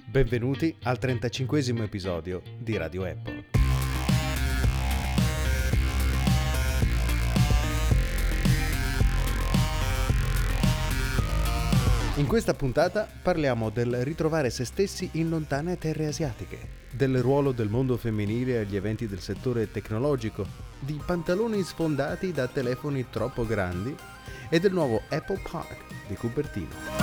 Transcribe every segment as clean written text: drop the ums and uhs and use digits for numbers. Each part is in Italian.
Benvenuti al 35esimo episodio di Radio Apple. In questa puntata parliamo del ritrovare se stessi in lontane terre asiatiche, del ruolo del mondo femminile agli eventi del settore tecnologico, di pantaloni sfondati da telefoni troppo grandi e del nuovo Apple Park di Cupertino.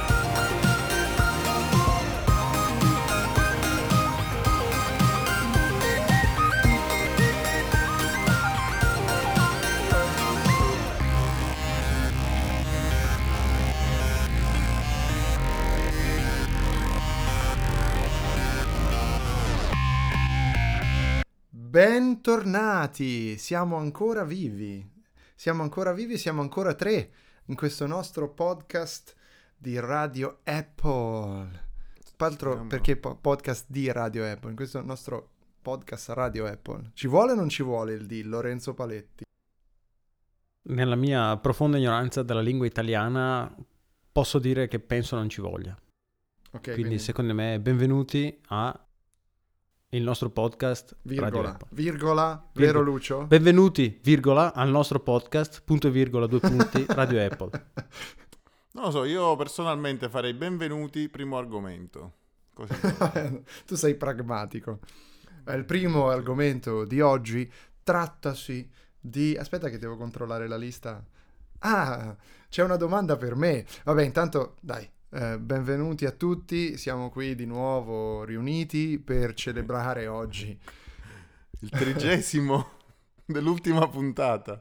Bentornati, siamo ancora vivi, siamo ancora tre in questo nostro podcast di Radio Apple. Altro perché podcast di Radio Apple, in questo nostro podcast Radio Apple. Ci vuole o non ci vuole il di Lorenzo Paletti? Nella mia profonda ignoranza della lingua italiana posso dire che penso non ci voglia. Okay, quindi secondo me benvenuti a il nostro podcast virgola, vero Lucio? Benvenuti, virgola, al nostro podcast, punto e virgola, due punti, Radio Apple. Non lo so, io personalmente farei benvenuti, primo argomento. Così. Tu sei pragmatico. Il primo argomento di oggi trattasi di... Aspetta che devo controllare la lista. Ah, c'è una domanda per me. Vabbè, intanto, dai. Benvenuti a tutti, siamo qui di nuovo riuniti per celebrare oggi il 30° dell'ultima puntata.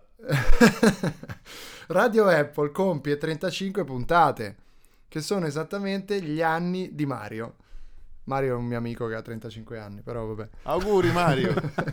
Radio Apple compie 35 puntate, che sono esattamente gli anni di Mario. Mario è un mio amico che ha 35 anni, però vabbè. Auguri Mario!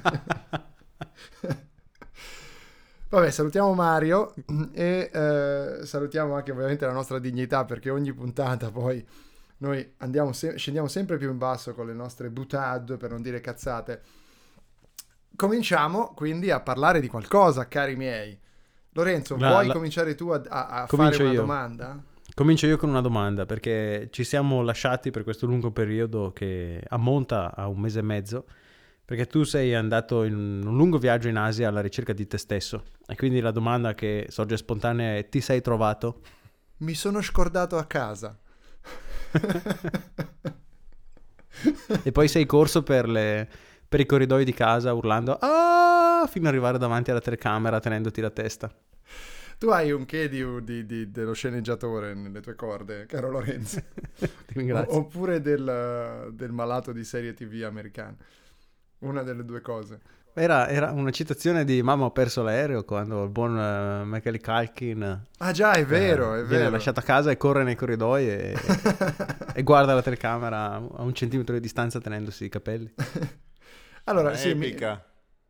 Vabbè, salutiamo Mario e salutiamo anche ovviamente la nostra dignità, perché ogni puntata poi noi scendiamo sempre più in basso con le nostre boutade, per non dire cazzate. Cominciamo quindi a parlare di qualcosa, cari miei. Lorenzo, vuoi cominciare tu a fare una domanda? Comincio io con una domanda, perché ci siamo lasciati per questo lungo periodo che ammonta a 1 mese e mezzo, perché tu sei andato in un lungo viaggio in Asia alla ricerca di te stesso. E quindi la domanda che sorge spontanea è: ti sei trovato? Mi sono scordato a casa. E poi sei corso per i corridoi di casa urlando "Ah!" fino ad arrivare davanti alla telecamera tenendoti la testa. Tu hai un che dello sceneggiatore nelle tue corde, caro Lorenzo. Ti ringrazio. Oppure del malato di serie TV americana. Una delle due cose. Era una citazione di Mamma ho perso l'aereo, quando il buon Macaulay Culkin ah già, è vero viene lasciato a casa e corre nei corridoi e guarda la telecamera a 1 centimetro di distanza tenendosi i capelli. Allora, epica.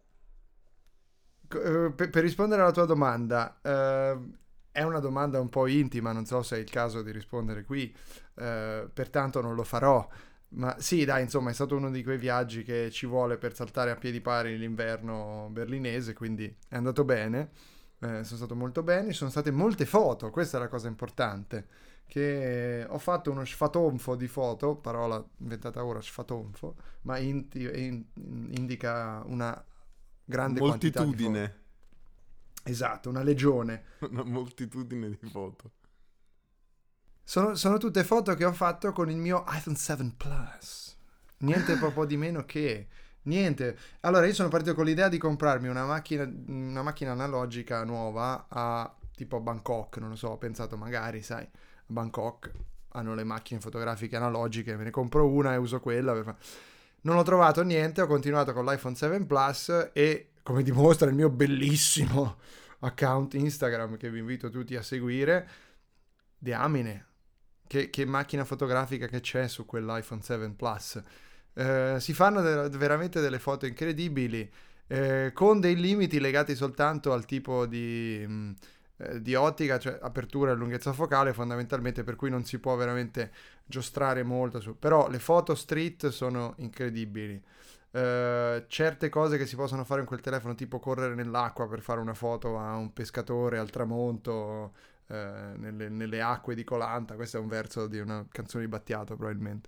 Per rispondere alla tua domanda, è una domanda un po' intima, non so se è il caso di rispondere qui, pertanto non lo farò. Ma sì, dai, insomma, è stato uno di quei viaggi che ci vuole per saltare a piedi pari l'inverno berlinese, quindi è andato bene, sono stato molto bene, ci sono state molte foto, questa è la cosa importante, che ho fatto uno sfatonfo di foto, parola inventata ora, sfatonfo, ma indica una grande moltitudine. Quantità di foto. Esatto, una legione. Una moltitudine di foto. Sono tutte foto che ho fatto con il mio iPhone 7 Plus. Niente proprio di meno che... Niente. Allora, io sono partito con l'idea di comprarmi una macchina analogica nuova a tipo Bangkok, non lo so, ho pensato magari, sai, a Bangkok hanno le macchine fotografiche analogiche, me ne compro una e uso quella. Non ho trovato niente, ho continuato con l'iPhone 7 Plus e, come dimostra il mio bellissimo account Instagram, che vi invito tutti a seguire, diamine. Che macchina fotografica che c'è su quell'iPhone 7 Plus. Si fanno veramente delle foto incredibili, con dei limiti legati soltanto al tipo di ottica, cioè apertura e lunghezza focale fondamentalmente, per cui non si può veramente giostrare molto su. Però le foto street sono incredibili. Certe cose che si possono fare in quel telefono, tipo correre nell'acqua per fare una foto a un pescatore al tramonto, nelle acque di Koh Lanta. Questo è un verso di una canzone di Battiato, probabilmente.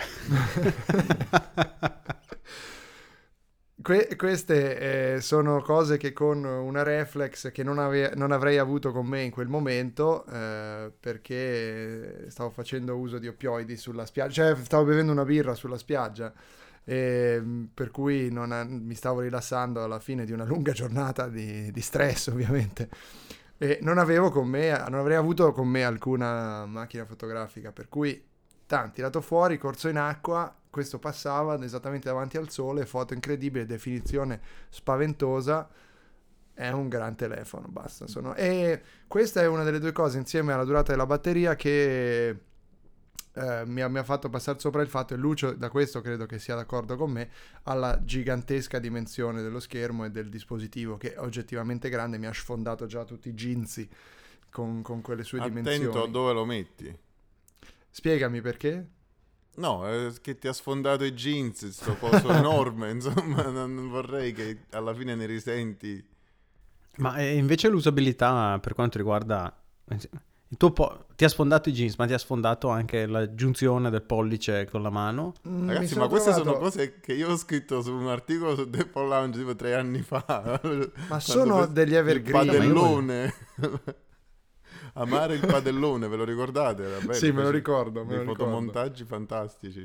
Queste sono cose che con una reflex che non avrei avuto con me in quel momento, perché stavo facendo uso di oppioidi sulla spiaggia, cioè stavo bevendo una birra sulla spiaggia, per cui mi stavo rilassando alla fine di una lunga giornata di stress, ovviamente, e non avrei avuto con me alcuna macchina fotografica, per cui tirato fuori, corso in acqua, questo passava esattamente davanti al sole, foto incredibile, definizione spaventosa, è un gran telefono, basta. E questa è una delle due cose, insieme alla durata della batteria, che mi ha fatto passare sopra il fatto, e Lucio da questo credo che sia d'accordo con me, alla gigantesca dimensione dello schermo e del dispositivo, che è oggettivamente grande, mi ha sfondato già tutti i ginzi con quelle sue dimensioni. Attento a dove lo metti. Spiegami perché? No, è che ti ha sfondato i jeans, sto coso enorme, insomma, non vorrei che alla fine ne risenti. Ma invece l'usabilità per quanto riguarda... ti ha sfondato i jeans, ma ti ha sfondato anche la giunzione del pollice con la mano? Ragazzi, ma queste sono cose che io ho scritto su un articolo su Apple Lounge tipo 3 anni fa. Ma sono degli evergreen. Il padellone. Amare il padellone, ve lo ricordate? Era bello, sì, me lo ricordo. Dei fotomontaggi fantastici.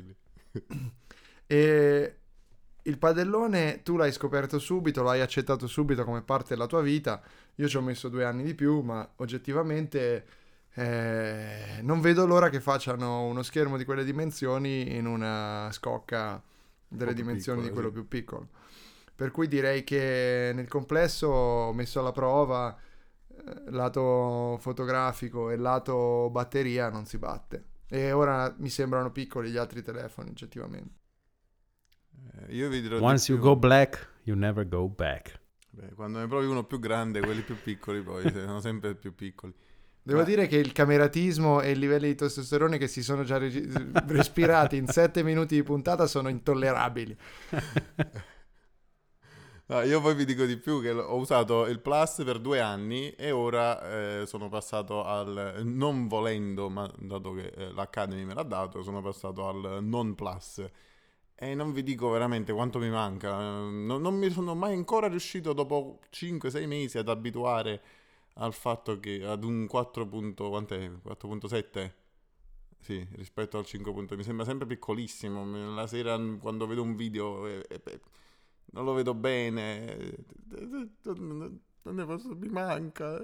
E il padellone tu l'hai scoperto subito, l'hai accettato subito come parte della tua vita. Io ci ho messo 2 anni di più, ma oggettivamente non vedo l'ora che facciano uno schermo di quelle dimensioni in una scocca delle dimensioni di quello più piccolo. Per cui direi che nel complesso ho messo alla prova lato fotografico e lato batteria, non si batte. E ora mi sembrano piccoli gli altri telefoni, oggettivamente. Io vi dirò Once you go black, you never go back. Beh, quando ne provi uno più grande, quelli più piccoli poi sono sempre più piccoli. Devo dire che il cameratismo e i livelli di testosterone che si sono già respirati in 7 minuti di puntata sono intollerabili. No, io poi vi dico di più, che ho usato il Plus per 2 anni e ora sono passato al, non volendo, ma dato che l'Academy me l'ha dato, sono passato al non Plus. E non vi dico veramente quanto mi manca. Non mi sono mai ancora riuscito dopo 5-6 mesi ad abituare al fatto che ad un 4.7? Sì, rispetto al 5. Mi sembra sempre piccolissimo. La sera quando vedo un video non lo vedo bene. Non ne posso, mi manca.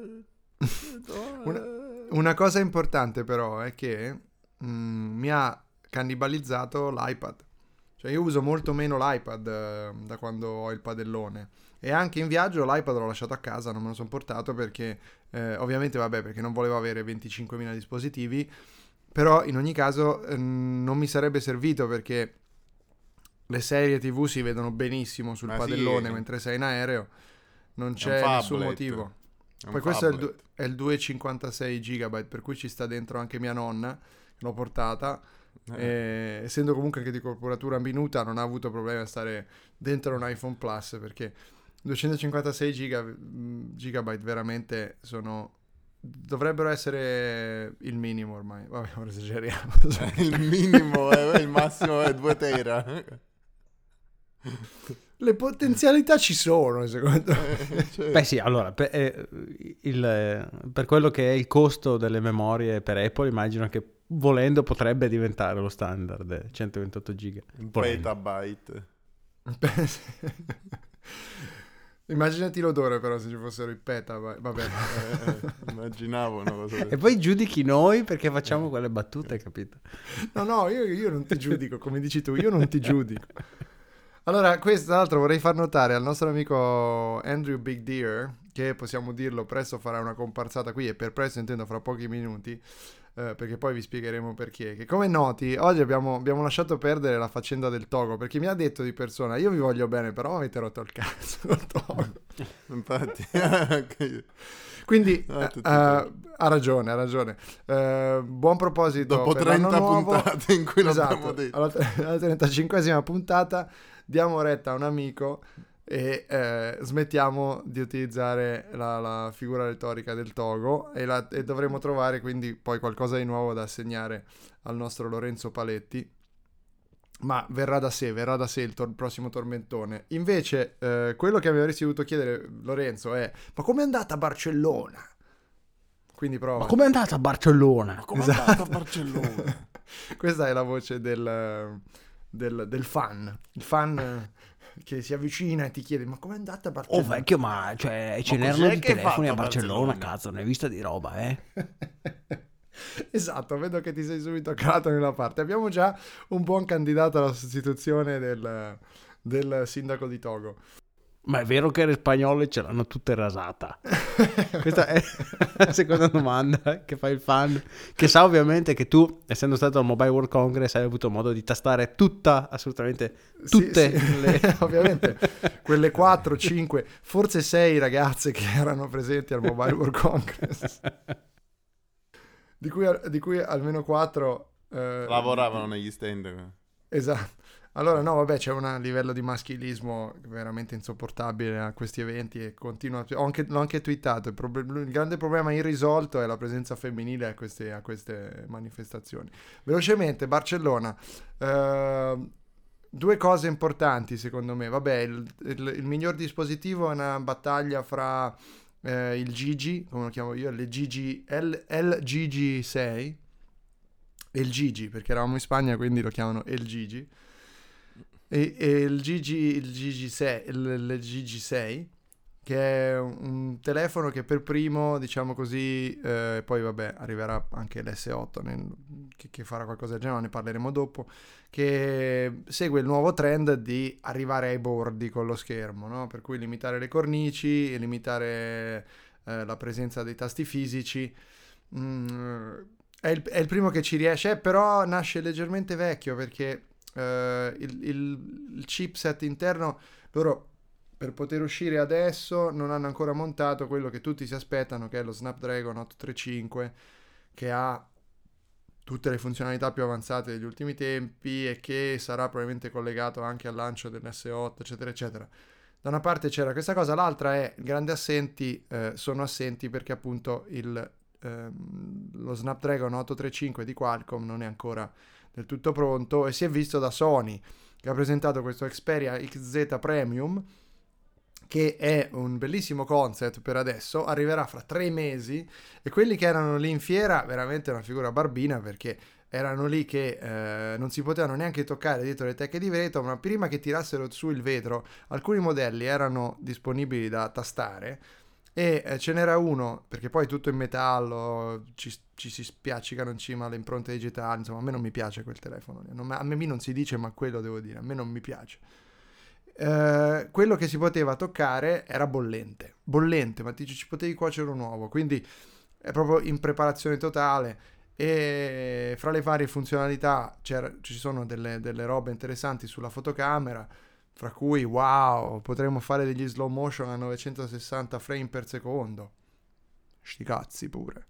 Una cosa importante però è che mi ha cannibalizzato l'iPad. Cioè io uso molto meno l'iPad da quando ho il padellone, e anche in viaggio l'iPad l'ho lasciato a casa, non me lo sono portato perché ovviamente perché non volevo avere 25.000 dispositivi, però in ogni caso non mi sarebbe servito, perché le serie TV si vedono benissimo sul padellone, mentre sei in aereo non c'è nessun motivo. Poi questo è il 256 GB, per cui ci sta dentro anche mia nonna, l'ho portata. Essendo comunque anche di corporatura minuta, non ha avuto problemi a stare dentro un iPhone Plus, perché 256 GB veramente dovrebbero essere il minimo ormai. Vabbè, ora esageriamo. Il minimo il massimo è 2 tera. Le potenzialità ci sono, secondo me. Beh sì, allora per quello che è il costo delle memorie per Apple, immagino che volendo potrebbe diventare lo standard 128 giga. Un petabyte. Immaginati l'odore però se ci fossero i petabyte. Vabbè. Immaginavo una cosa. E poi giudichi noi perché facciamo quelle battute, capito? No, io non ti giudico, come dici tu, io non ti giudico. Allora, questo tra l'altro vorrei far notare al nostro amico Andrew Big Deer, che possiamo dirlo presto farà una comparsata qui, e per presto intendo fra pochi minuti, perché poi vi spiegheremo perché. Che come noti, oggi abbiamo lasciato perdere la faccenda del Togo, perché mi ha detto di persona: io vi voglio bene, però avete rotto il cazzo col Togo. Infatti. Quindi ha ragione. Buon proposito. Dopo 30 puntate in cui l'abbiamo detto. Alla 35esima puntata diamo retta a un amico e smettiamo di utilizzare la figura retorica del togo e dovremo trovare quindi poi qualcosa di nuovo da assegnare al nostro Lorenzo Paletti, ma verrà da sé il prossimo tormentone. Invece quello che mi avresti dovuto chiedere, Lorenzo, è: ma com'è andata a Barcellona? Quindi prova. Ma com'è andata a Barcellona? Ma com'è andata a Barcellona? Questa è la voce del fan, il fan che si avvicina e ti chiede: ma com'è andata a Oh Barcellona? vecchio, ma cioè, ce Ma n'erano cos'è di che hai telefoni a fatto a Barcellona, Barcellona? cazzo, ne hai vista di roba, Esatto, vedo che ti sei subito calato nella parte. Abbiamo già un buon candidato alla sostituzione del sindaco di Togo. Ma è vero che le spagnole ce l'hanno tutte rasata? Questa è la seconda domanda che fa il fan, che sa ovviamente che tu, essendo stato al Mobile World Congress, hai avuto modo di tastare assolutamente tutte Sì. le... Ovviamente quelle 4, 5, forse 6 ragazze che erano presenti al Mobile World Congress, di cui almeno 4 Lavoravano negli stand. esatto. Allora no, vabbè, c'è un livello di maschilismo veramente insopportabile a questi eventi e continua. L'ho anche twittato. Il grande problema irrisolto è la presenza femminile a queste manifestazioni. Velocemente, Barcellona. Due cose importanti secondo me. Vabbè, il miglior dispositivo è una battaglia fra il Gigi, come lo chiamo io, LGG 6 e il Gigi, perché eravamo in Spagna, quindi lo chiamano il Gigi. E il GG6, il GG6, che è un telefono che per primo, diciamo così, poi vabbè arriverà anche l'S8 che farà qualcosa del genere, ne parleremo dopo, che segue il nuovo trend di arrivare ai bordi con lo schermo, no? Per cui limitare le cornici e limitare la presenza dei tasti fisici. È il primo che ci riesce, però nasce leggermente vecchio perché il chipset interno, loro per poter uscire adesso non hanno ancora montato quello che tutti si aspettano, che è lo Snapdragon 835, che ha tutte le funzionalità più avanzate degli ultimi tempi e che sarà probabilmente collegato anche al lancio dell'S8, eccetera eccetera. Da una parte c'era questa cosa, l'altra è grandi assenti, sono assenti perché appunto lo Snapdragon 835 di Qualcomm non è ancora del tutto pronto, e si è visto da Sony, che ha presentato questo Xperia XZ Premium, che è un bellissimo concept per adesso, arriverà fra 3 mesi, e quelli che erano lì in fiera, veramente una figura barbina, perché erano lì che non si potevano neanche toccare dietro le tecche di vetro, ma prima che tirassero su il vetro, alcuni modelli erano disponibili da tastare, e ce n'era uno, perché poi tutto in metallo, ci si spiaccicano in cima le impronte digitali, insomma a me non mi piace quel telefono, a me non si dice, ma quello devo dire, a me non mi piace. Quello che si poteva toccare era bollente, ma ci potevi cuocere un uovo, quindi è proprio in preparazione totale. E fra le varie funzionalità ci sono delle robe interessanti sulla fotocamera, fra cui wow, potremmo fare degli slow motion a 960 frame per secondo, sti cazzi pure,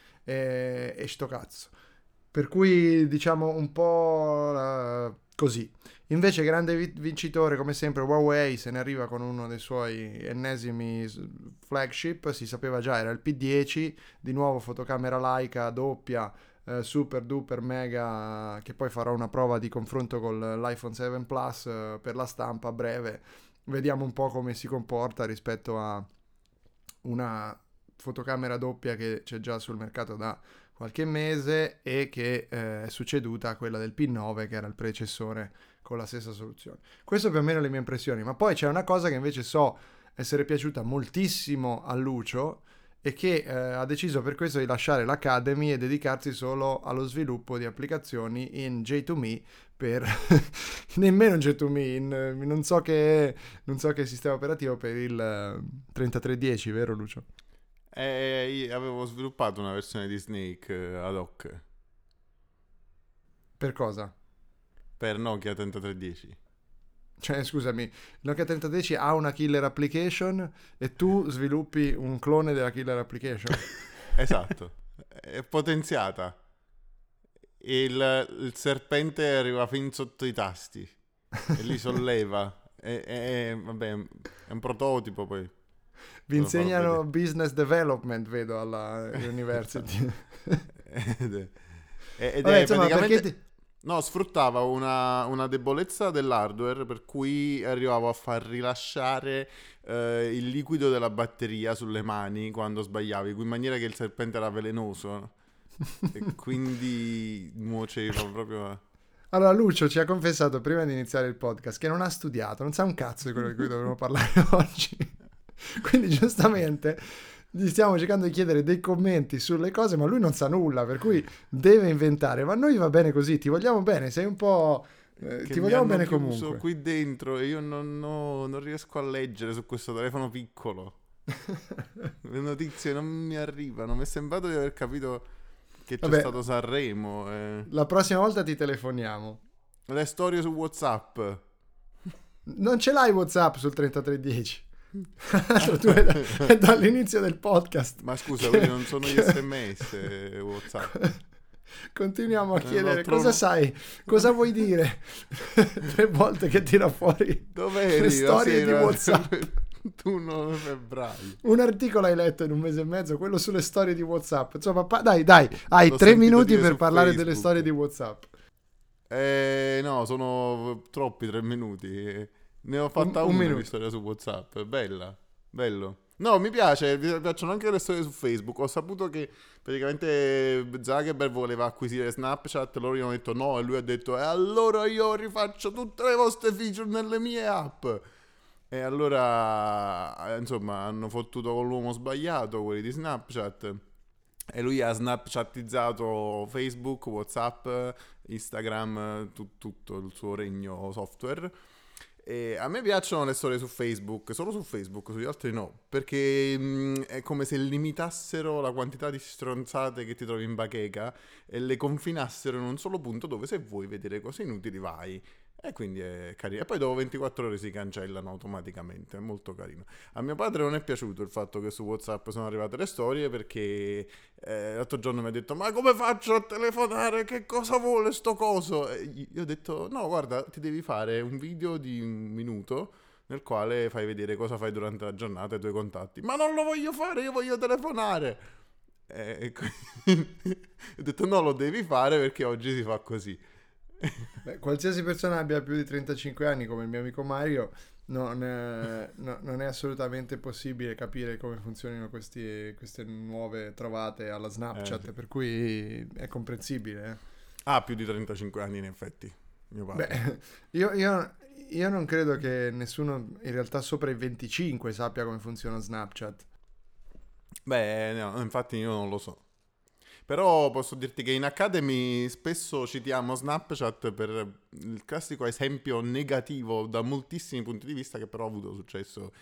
e sto cazzo, per cui diciamo un po' così. Invece grande vincitore come sempre Huawei, se ne arriva con uno dei suoi ennesimi flagship, si sapeva già, era il P10, di nuovo fotocamera Leica doppia, super duper mega, che poi farò una prova di confronto con l'iPhone 7 Plus per la stampa a breve, vediamo un po' come si comporta rispetto a una fotocamera doppia che c'è già sul mercato da qualche mese e che è succeduta a quella del P9, che era il predecessore con la stessa soluzione. Questo più o meno le mie impressioni, ma poi c'è una cosa che invece so essere piaciuta moltissimo a Lucio, e che ha deciso per questo di lasciare l'Academy e dedicarsi solo allo sviluppo di applicazioni in J2Me per nemmeno in J2Me, non so che sistema operativo per il 3310, vero Lucio? Io avevo sviluppato una versione di Snake ad hoc Per cosa? per Nokia 3310. Cioè, scusami, il Nokia 3010 ha una killer application e tu sviluppi un clone della killer application? Esatto, è potenziata. Il serpente arriva fin sotto i tasti e li solleva Vabbè, è un prototipo poi. Vi Lo farò insegnano vedere. business development, vedo, alla university. Ed Vabbè, è insomma, praticamente... perché No, sfruttava una debolezza dell'hardware per cui arrivavo a far rilasciare il liquido della batteria sulle mani quando sbagliavi, in maniera che il serpente era velenoso e quindi nuoceva proprio. Allora, Lucio ci ha confessato prima di iniziare il podcast che non ha studiato, non sa un cazzo di quello di cui dovremmo parlare oggi. Quindi, giustamente, gli stiamo cercando di chiedere dei commenti sulle cose, ma lui non sa nulla, per cui deve inventare. Ma a noi va bene così, ti vogliamo bene, sei un po'... Che ti mi vogliamo hanno bene chiuso comunque. qui dentro e io non riesco a leggere su questo telefono piccolo. Le notizie non mi arrivano. Mi è sembrato di aver capito che c'è Vabbè, stato Sanremo. la prossima volta ti telefoniamo. Le storie su WhatsApp. Non ce l'hai WhatsApp sul 3310? Tu è dall'inizio del podcast. Ma scusa, che- quelli non sono gli che- SMS WhatsApp. Continuiamo a lo chiedere trovo- cosa sai, cosa vuoi dire. 3 volte che tira fuori Dov'eri le la storie di sera? WhatsApp. Tu 9 febbraio. Un articolo hai letto in un mese e mezzo, quello sulle storie di WhatsApp. Insomma, dai, hai L'ho 3 sentito minuti dire per su parlare Facebook. delle storie di WhatsApp. No, sono troppi 3 minuti. Ne ho fatta Un una minuto. di storia su WhatsApp. Bella, bello. No, mi piacciono anche le storie su Facebook. Ho saputo che praticamente Zuckerberg voleva acquisire Snapchat, loro gli hanno detto no e lui ha detto e allora io rifaccio tutte le vostre feature nelle mie app. E allora, insomma, hanno fottuto con l'uomo sbagliato quelli di Snapchat. E lui ha snapchatizzato Facebook, WhatsApp, Instagram, tutto il suo regno software. E a me piacciono le storie su Facebook, solo su Facebook, sugli altri no, perché è come se limitassero la quantità di stronzate che ti trovi in bacheca e le confinassero in un solo punto dove se vuoi vedere cose inutili vai. E quindi è carino. E poi dopo 24 ore si cancellano automaticamente, è molto carino. A mio padre non è piaciuto il fatto che su WhatsApp sono arrivate le storie perché l'altro giorno mi ha detto ma come faccio a telefonare? Che cosa vuole sto coso? E io ho detto no guarda ti devi fare un video di 1 minuto nel quale fai vedere cosa fai durante la giornata ai tuoi contatti. Ma non lo voglio fare, io voglio telefonare. E quindi ho detto no lo devi fare perché oggi si fa così. Beh, qualsiasi persona abbia più di 35 anni, come il mio amico Mario, non è assolutamente possibile capire come funzionino queste nuove trovate alla Snapchat, Sì. per cui è comprensibile. Ha più di 35 anni in effetti, mio padre. Beh, io non credo che nessuno in realtà sopra i 25 sappia come funziona Snapchat. Beh, no, infatti io non lo so. Però posso dirti che in Academy spesso citiamo Snapchat per il classico esempio negativo da moltissimi punti di vista che però ha avuto successo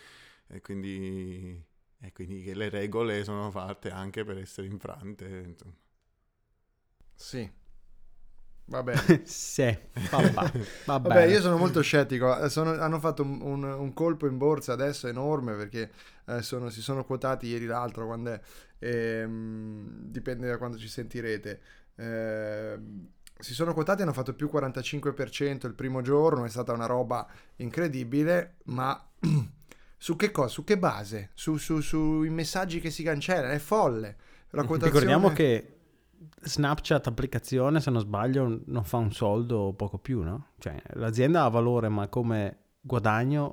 e quindi che le regole sono fatte anche per essere infrante. Insomma. Sì, va bene. Sì, va Vabbè, bene. io sono molto scettico. Hanno fatto un colpo in borsa adesso enorme perché si sono quotati ieri l'altro, quando è, dipende da quando ci sentirete. Si sono quotati e hanno fatto più 45% il primo giorno, è stata una roba incredibile, ma su che cosa? Su che base? Sui messaggi che si cancellano, è folle. La quotazione... Ricordiamo che Snapchat applicazione, se non sbaglio, non fa un soldo o poco più, no? Cioè, l'azienda ha valore, ma come guadagno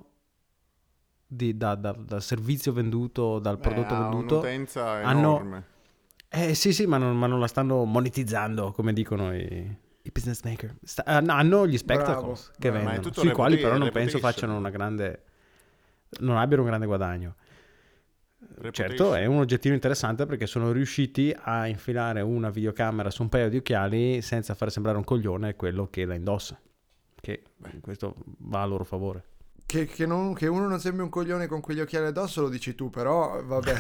dal servizio venduto, dal prodotto ha venduto, un'utenza hanno... enorme. Sì, ma non la stanno monetizzando, come dicono i business maker. Hanno gli spectacles che bravo. Ma è vendono, tutto sui quali però non reputation. penso facciano non abbiano un grande guadagno. Reputation. Certo, è un oggettino interessante perché sono riusciti a infilare una videocamera su un paio di occhiali senza far sembrare un coglione quello che la indossa. Che questo va a loro favore. Che uno non sembri un coglione con quegli occhiali addosso lo dici tu, però vabbè.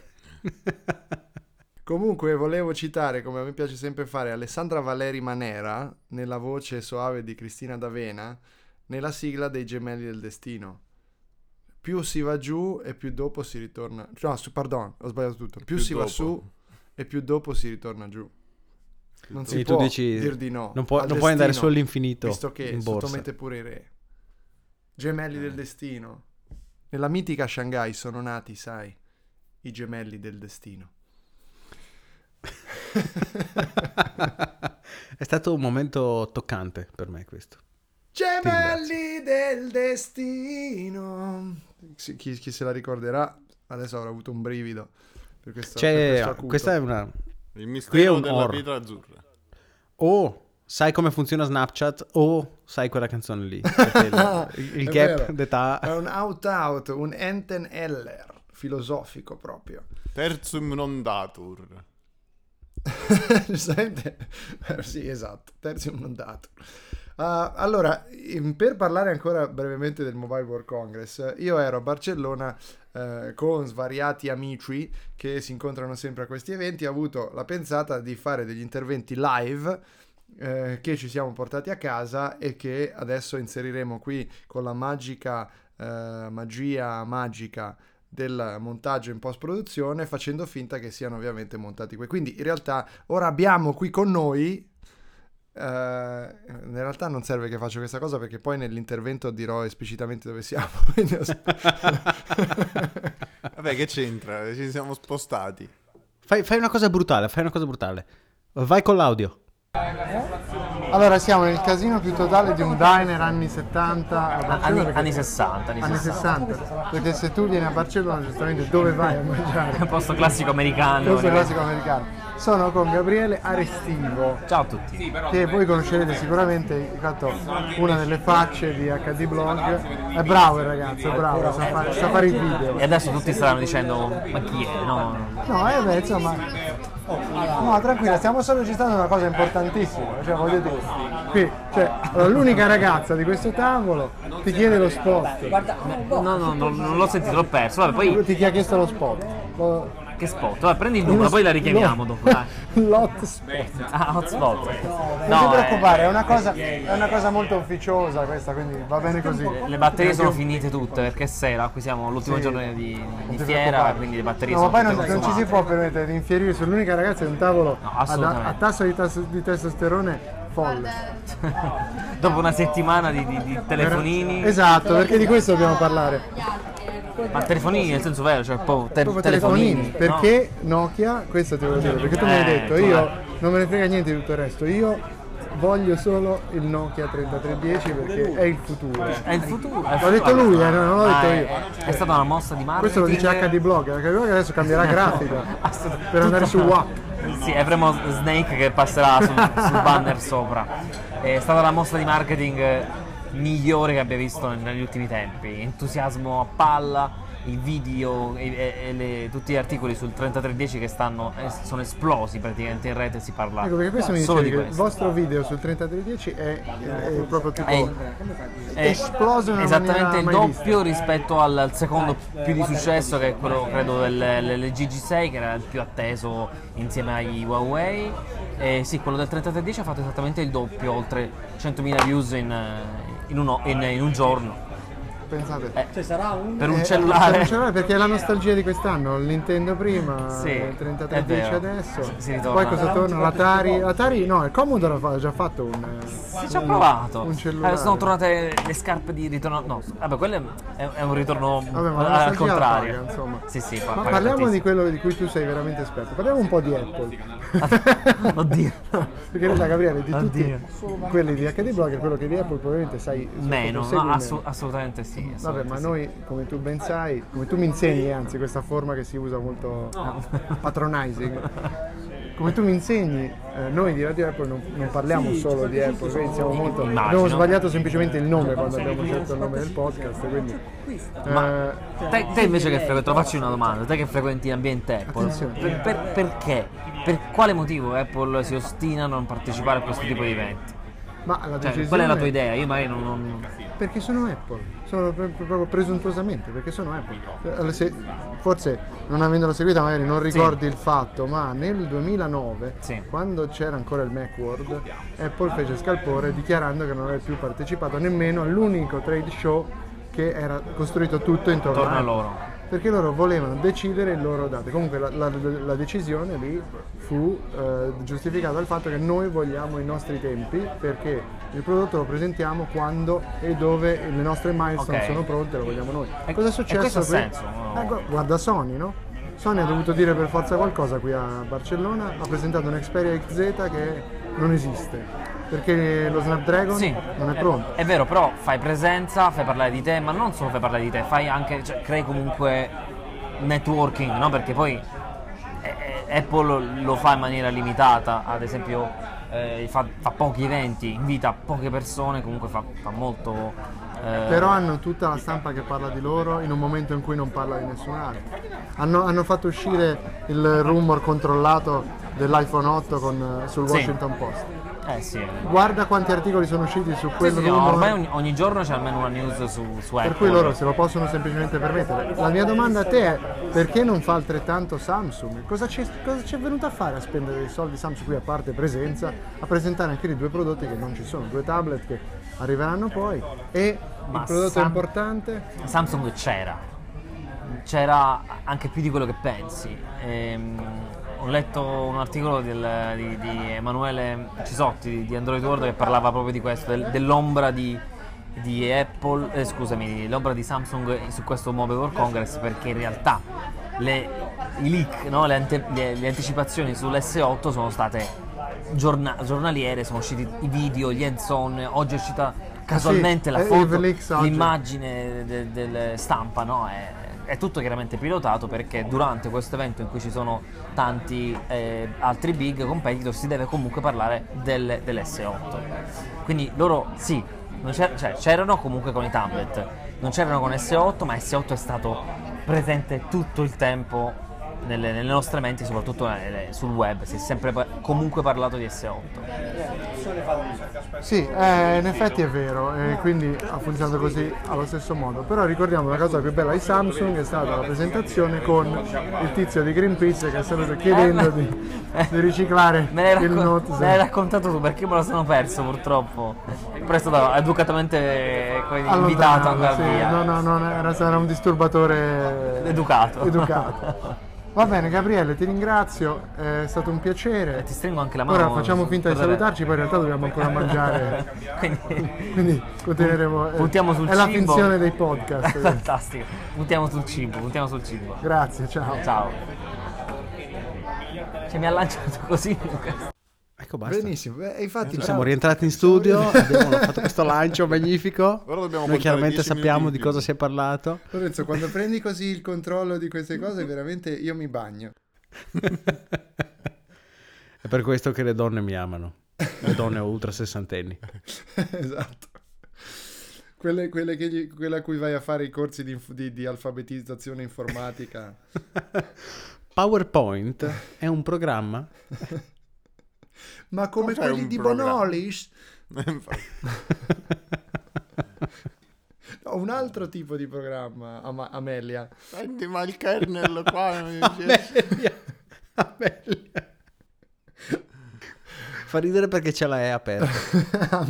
Comunque volevo citare, come a me piace sempre fare, Alessandra Valeri Manera nella voce soave di Cristina D'Avena nella sigla dei Gemelli del Destino. Più si va giù e più dopo si ritorna. No, pardon, ho sbagliato tutto. Più si va dopo. su e più dopo si ritorna giù. Non si Sì, può tu dici dir di no. non al puoi andare destino, su all'infinito visto che in borsa. sottomette pure i re. Gemelli del destino. Nella mitica Shanghai sono nati, sai, i gemelli del destino. È stato un momento toccante per me questo. Gemelli del destino. Sì, chi se la ricorderà adesso avrà avuto un brivido per questo, per questo acuto. Questa è una... Il Qui è mistero un della or. pietra azzurra. O sai come funziona Snapchat o sai quella canzone lì. Perché il È gap vero. d'età... È un out, un Enten Heller filosofico proprio. Terzum non datur. Giustamente, sì, esatto, terzo non dato. Allora, per parlare ancora brevemente del Mobile World Congress, io ero a Barcellona con svariati amici che si incontrano sempre a questi eventi. Ho avuto la pensata di fare degli interventi live che ci siamo portati a casa e che adesso inseriremo qui con la magia magica del montaggio in post-produzione, facendo finta che siano ovviamente montati qui. Quindi in realtà ora abbiamo qui con noi in realtà non serve che faccio questa cosa perché poi nell'intervento dirò esplicitamente dove siamo. Vabbè, che c'entra? Ci siamo spostati. Fai una cosa brutale, Vai con l'audio. Allora siamo nel casino più totale di un diner anni 70 a Barcellona, Anni 60. anni 60, perché se tu vieni a Barcellona giustamente dove vai a mangiare? Un posto classico americano. Questo è classico americano. Sono con Gabriele Arestivo, Ciao a tutti. che voi conoscerete sicuramente, infatti una delle facce di HD Blog. È bravo il ragazzo, è bravo, sa fare i video. E adesso tutti staranno dicendo ma chi è? No. No, beh, insomma, no, tranquilla, stiamo solo registrando una cosa importantissima, cioè voglio dire, qui, cioè, allora, l'unica ragazza di questo tavolo ti chiede lo spot. No, non l'ho sentito, l'ho perso. Vabbè, poi Ti ha chiesto lo spot. che spot? Vabbè, prendi il numero, poi la richiamiamo dopo. Dai. L'hot spot. Ah, hotspot. Non ti preoccupare, è una cosa molto ufficiosa questa, quindi va bene così. Le batterie sono finite tutte perché è sera, qui siamo l'ultimo Sì. giorno di Non ti fiera, preoccupare. quindi le batterie No, ma sono poi tutte non ci si consumate. può permettere di infierire sull'unica ragazza di un tavolo No, assolutamente. a tasso di testosterone folle. Dopo una settimana di telefonini. Esatto, perché di questo dobbiamo parlare. Ma telefonini nel senso vero, cioè Proprio telefonini. perché Nokia, questo ti volevo dire, perché tu mi hai detto, tu io non me ne frega niente di tutto il resto, io voglio solo il Nokia 3310 perché è il futuro. È il futuro. L'ha detto lui, non l'ho detto io. È stata una mossa di marketing. Questo lo dice HD Blog, HD Blog adesso cambierà grafica per andare su WAP. Sì, avremo Snake che passerà sul banner sopra. È stata la mossa di marketing migliore che abbia visto negli ultimi tempi. Entusiasmo a palla, i video e tutti gli articoli sul 3310 che sono esplosi praticamente in rete, si parla Ecco, perché questo mi solo dicevi di che il questo. vostro video sul 3310 è proprio tipo È esploso in una esattamente maniera il mai doppio rispetto al secondo più di successo, che è quello credo dell'LG G6, che era il più atteso insieme ai Huawei. E sì, quello del 3310 ha fatto esattamente il doppio, oltre 100.000 views in un giorno. Pensate. Per un cellulare. Perché è la nostalgia di quest'anno, il Nintendo prima, Sì, il è 3310 vero. adesso. Si ritorna. Poi cosa torna? L'Atari no, il Commodore ha già fatto un Sì, ci ho provato. un cellulare. Sono tornate le scarpe di ritorno. No, vabbè, quello è un ritorno Vabbè, ma la al nostalgia contrario. paga, insomma. Sì, sì, Ma paga parliamo di tantissimo. quello di cui tu sei veramente esperto. Parliamo un po' di Apple. Oddio. Perché in realtà, Gabriele, di tutti Oddio. quelli di HD Blog, quello che di Apple probabilmente sai Meno, segui no, meno. assolutamente sì. Vabbè, assolutamente ma sì. noi, come tu ben sai, come tu mi insegni, anzi, questa forma che si usa molto patronizing, come tu mi insegni, noi di Radio Apple non parliamo solo di Apple, quindi siamo molto. Immagino. Abbiamo sbagliato semplicemente il nome quando abbiamo scelto il nome del podcast, quindi. Ma te invece che frequenti, facci una domanda, te che frequenti ambiente Apple, Attenzione. perché? Per quale motivo Apple si ostina a non partecipare a questo tipo di eventi? Ma la Cioè, decisione. qual è la tua idea? Io magari non... Perché sono Apple, sono proprio presuntuosamente, perché sono Apple. Forse non avendolo seguita magari non ricordi il fatto, ma nel 2009, Sì. quando c'era ancora il Macworld, Apple fece scalpore dichiarando che non avrebbe più partecipato nemmeno all'unico trade show che era costruito tutto intorno Torna a a loro. perché loro volevano decidere il loro date. Comunque la decisione lì fu giustificata dal fatto che noi vogliamo i nostri tempi, perché il prodotto lo presentiamo quando e dove le nostre milestone Ok. sono pronte, lo vogliamo noi. E- Cosa è e successo questo ha qui? senso, no? Guarda Sony, no? Sony ha dovuto dire per forza qualcosa qui a Barcellona, ha presentato un Xperia XZ che non esiste, perché lo Snapdragon Sì. non è pronto. È vero, però fai presenza, fai parlare di te, ma non solo fai parlare di te, fai anche, cioè, crei comunque networking, no? Perché poi Apple lo fa in maniera limitata, ad esempio fa pochi eventi, invita poche persone, comunque fa molto... Però hanno tutta la stampa che parla di loro in un momento in cui non parla di nessun altro. Hanno fatto uscire il rumor controllato dell'iPhone 8 sul Sì. Washington Post. sì. Guarda quanti articoli sono usciti su quel Sì, no, rumor. ormai ogni giorno c'è almeno una news su Apple. Per cui loro se lo possono semplicemente permettere. La mia domanda a te è: perché non fa altrettanto Samsung? Cosa c'è venuto a fare a spendere dei soldi Samsung qui, a parte presenza, a presentare anche lì due prodotti che non ci sono, due tablet che arriveranno poi, e Ma il prodotto Sam- importante? Samsung c'era anche più di quello che pensi. Ho letto un articolo di Emanuele Cisotti di Android World che parlava proprio di questo, dell'ombra di Apple, scusami, l'ombra di Samsung su questo Mobile World Congress, perché in realtà i leak, no? le anticipazioni sull'S8 sono state giornaliere, sono usciti i video, gli hands-on, oggi è uscita casualmente Sì, la il foto, leaks oggi. l'immagine del stampa, no? È tutto chiaramente pilotato, perché durante questo evento in cui ci sono tanti altri big competitor si deve comunque parlare dell'S8. Quindi loro sì, c'erano comunque con i tablet, non c'erano con S8, ma S8 è stato presente tutto il tempo nelle nostre menti, soprattutto sul web. Si è sempre comunque parlato di S8. Sì, in effetti è vero, e quindi ha funzionato così allo stesso modo. Però ricordiamo, la cosa più bella di Samsung è stata la presentazione con il tizio di Greenpeace che è stato chiedendo di riciclare il Note. Me l'hai raccontato tu, perché me lo sono perso purtroppo. Però è stato educatamente invitato ad andare sì, via. no, era un disturbatore Educato. Va bene Gabriele, ti ringrazio, è stato un piacere. Ti stringo anche la mano. Ora facciamo finta di salutarci, poi in realtà dobbiamo ancora mangiare. Quindi continueremo. Puntiamo sul è la cibo. finzione dei podcast. Fantastico. Puntiamo sul cibo. Grazie, ciao. Ciao. Mi ha lanciato così. Ecco, basta. Benissimo, infatti Siamo rientrati in studio, abbiamo fatto questo lancio magnifico. Ora dobbiamo Noi contare chiaramente 10 sappiamo minuti di in cosa più. si è parlato. Lorenzo, quando prendi così il controllo di queste cose, veramente io mi bagno. È per questo che le donne mi amano. Le donne ultra sessantenni. Esatto. Quelle a cui vai a fare i corsi di alfabetizzazione informatica. PowerPoint è un programma. Ma come Cos'è quelli un di programma? Bonolis? Infatti. Ho un altro tipo di programma, Amelia. Senti, ma il kernel qua mi dice... Amelia. Fa ridere perché ce la è aperta.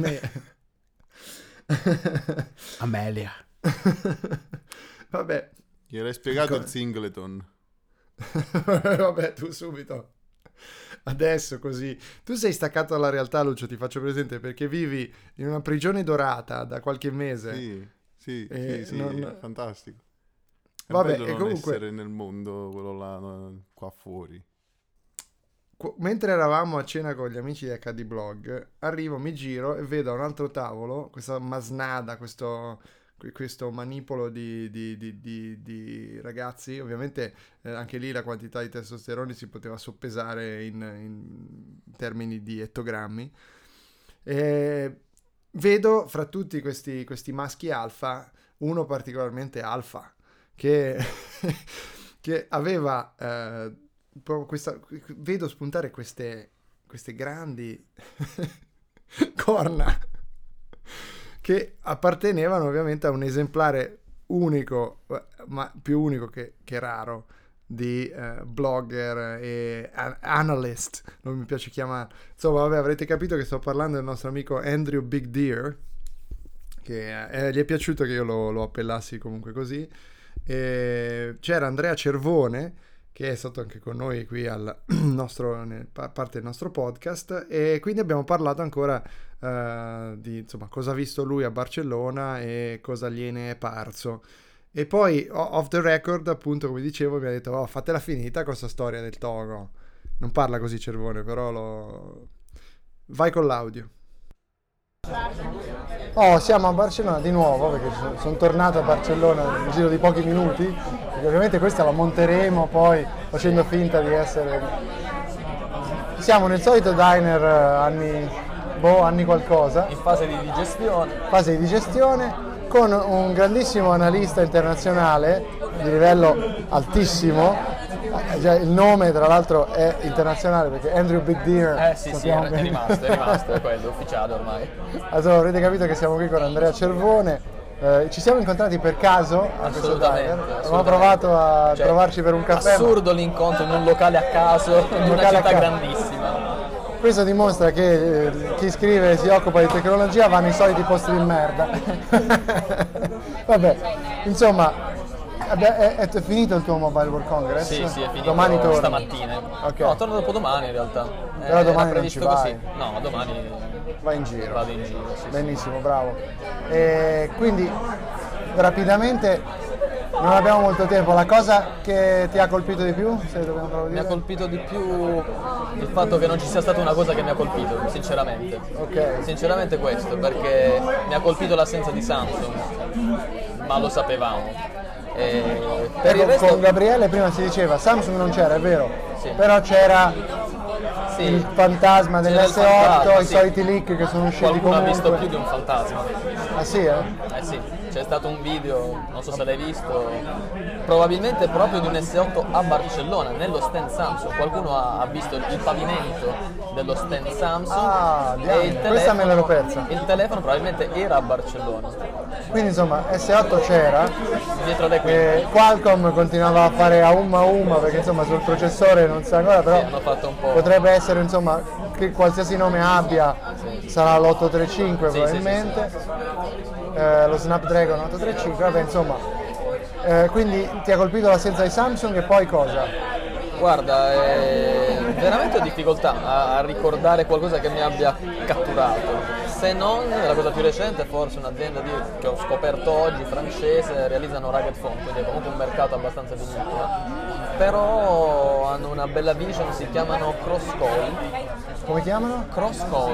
Amelia. Vabbè. Gli avrei spiegato il singleton. Vabbè, tu subito. Adesso così. Tu sei staccato dalla realtà, Lucio, ti faccio presente, perché vivi in una prigione dorata da qualche mese. Sì, non- è fantastico. È Vabbè, bello e non comunque- essere nel mondo, quello là, qua fuori. Mentre eravamo a cena con gli amici di HD Blog, arrivo, mi giro e vedo a un altro tavolo questa masnada, questo manipolo di ragazzi. Ovviamente anche lì la quantità di testosterone si poteva soppesare in termini di ettogrammi. E vedo fra tutti questi maschi alfa uno particolarmente alfa che aveva vedo spuntare queste grandi corna che appartenevano ovviamente a un esemplare unico, ma più unico che raro, di blogger e analyst, non mi piace chiamare. Insomma, vabbè, avrete capito che sto parlando del nostro amico Andrew Big Deer, che gli è piaciuto che io lo appellassi comunque così. c'era Andrea Cervone, che è stato anche con noi qui parte del nostro podcast, e quindi abbiamo parlato ancora di insomma cosa ha visto lui a Barcellona e cosa gliene è parso. E poi off the record, appunto, come dicevo, mi ha detto fatela finita con questa storia del Togo. Non parla così Cervone, però vai con l'audio. Siamo a Barcellona di nuovo, perché sono tornato a Barcellona nel giro di pochi minuti, perché ovviamente questa la monteremo poi facendo finta di essere... Siamo nel solito diner anni qualcosa. In fase di digestione. Con un grandissimo analista internazionale di livello altissimo. Già il nome tra l'altro è internazionale, perché Andrew Big Dinner sì, è rimasto, è quello, ufficiale ormai. Allora avrete capito che siamo qui con Andrea Cervone. Ci siamo incontrati per caso a questo diner. Abbiamo provato a trovarci per un caffè. Assurdo l'incontro in un locale a caso, in una città grandissima. Questo dimostra che chi scrive e si occupa di tecnologia va nei soliti posti di merda. Vabbè, insomma, è finito il tuo Mobile World Congress? Sì, è finito. Domani torno? Stamattina. Okay. No, torno dopo domani in realtà. Però domani non ci vai? Così. No, domani vai in giro. Vado in giro, sì. Benissimo, bravo. Quindi, rapidamente... Non abbiamo molto tempo, la cosa che ti ha colpito di più? Se dobbiamo proprio dire? Mi ha colpito di più il fatto che non ci sia stata una cosa che mi ha colpito, sinceramente. Ok. Sinceramente questo, perché mi ha colpito l'assenza di Samsung, ma lo sapevamo. Per il resto... Con Gabriele prima si diceva Samsung non c'era, è vero, sì. Però c'era il fantasma dell'S8, i soliti leak che sono usciti Qualcuno comunque. ha visto più di un fantasma. Ah sì, eh? Eh sì, c'è stato un video, non so se l'hai visto, probabilmente proprio di un S8 a Barcellona, nello stand Samsung. Qualcuno ha visto il pavimento dello stand Samsung e il telefono, questa me l'ero persa. Il telefono probabilmente era a Barcellona. Quindi insomma S8 c'era, dietro dai qui. Qualcomm continuava a fare a umma perché insomma sul processore non sa ancora, però hanno fatto un po'. Potrebbe essere insomma che qualsiasi nome abbia, sarà l'835 probabilmente, lo Snapdragon 835, vabbè insomma. Quindi ti ha colpito l'assenza di Samsung e poi cosa? Guarda, veramente ho difficoltà a ricordare qualcosa che mi abbia catturato, se non la cosa più recente, forse un'azienda che ho scoperto oggi, francese, realizzano rugged phone, quindi è comunque un mercato abbastanza di nicchia, però hanno una bella vision, si chiamano Crosscall. Come chiamano? Crosscall.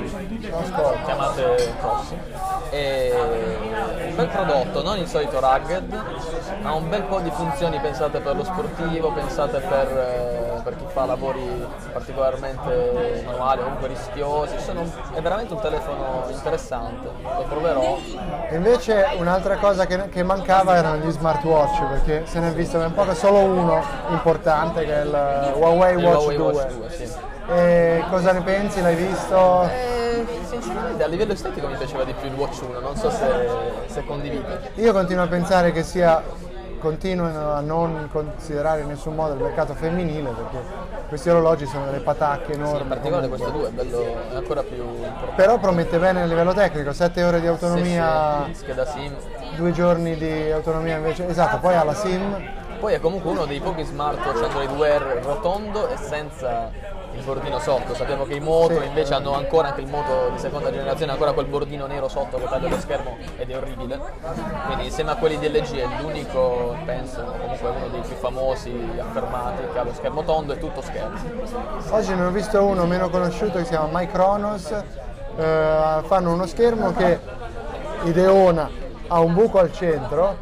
Chiamate Cross. È un bel prodotto, non il solito rugged, ha un bel po' di funzioni pensate per lo sportivo, pensate per chi fa lavori particolarmente manuali o comunque rischiosi. È veramente un telefono interessante, lo proverò. Invece un'altra cosa che mancava erano gli smartwatch, perché se ne è visto un po' solo uno importante, che è il Huawei Watch 2. Sì. E cosa ne pensi? L'hai visto? Sinceramente a livello estetico mi piaceva di più il Watch 1, non so se condivide. Io continuo a pensare che continuano a non considerare in nessun modo il mercato femminile, perché questi orologi sono delle patacche enormi. In particolare questo 2 è ancora più importante. Però promette bene a livello tecnico, 7 ore di autonomia, scheda SIM, 2 giorni di autonomia invece, esatto, poi ha la SIM. Poi è comunque uno dei pochi smartwatch Android Wear rotondo e senza il bordino sotto. Sappiamo che i Moto invece hanno ancora, anche il Moto di seconda generazione, ancora quel bordino nero sotto che taglia lo schermo ed è orribile. Quindi insieme a quelli di LG è l'unico, penso, comunque uno dei più famosi affermati che ha lo schermo tondo e tutto schermo. Oggi ne ho visto uno meno conosciuto che si chiama Micronos, fanno uno schermo che ideona, ha un buco al centro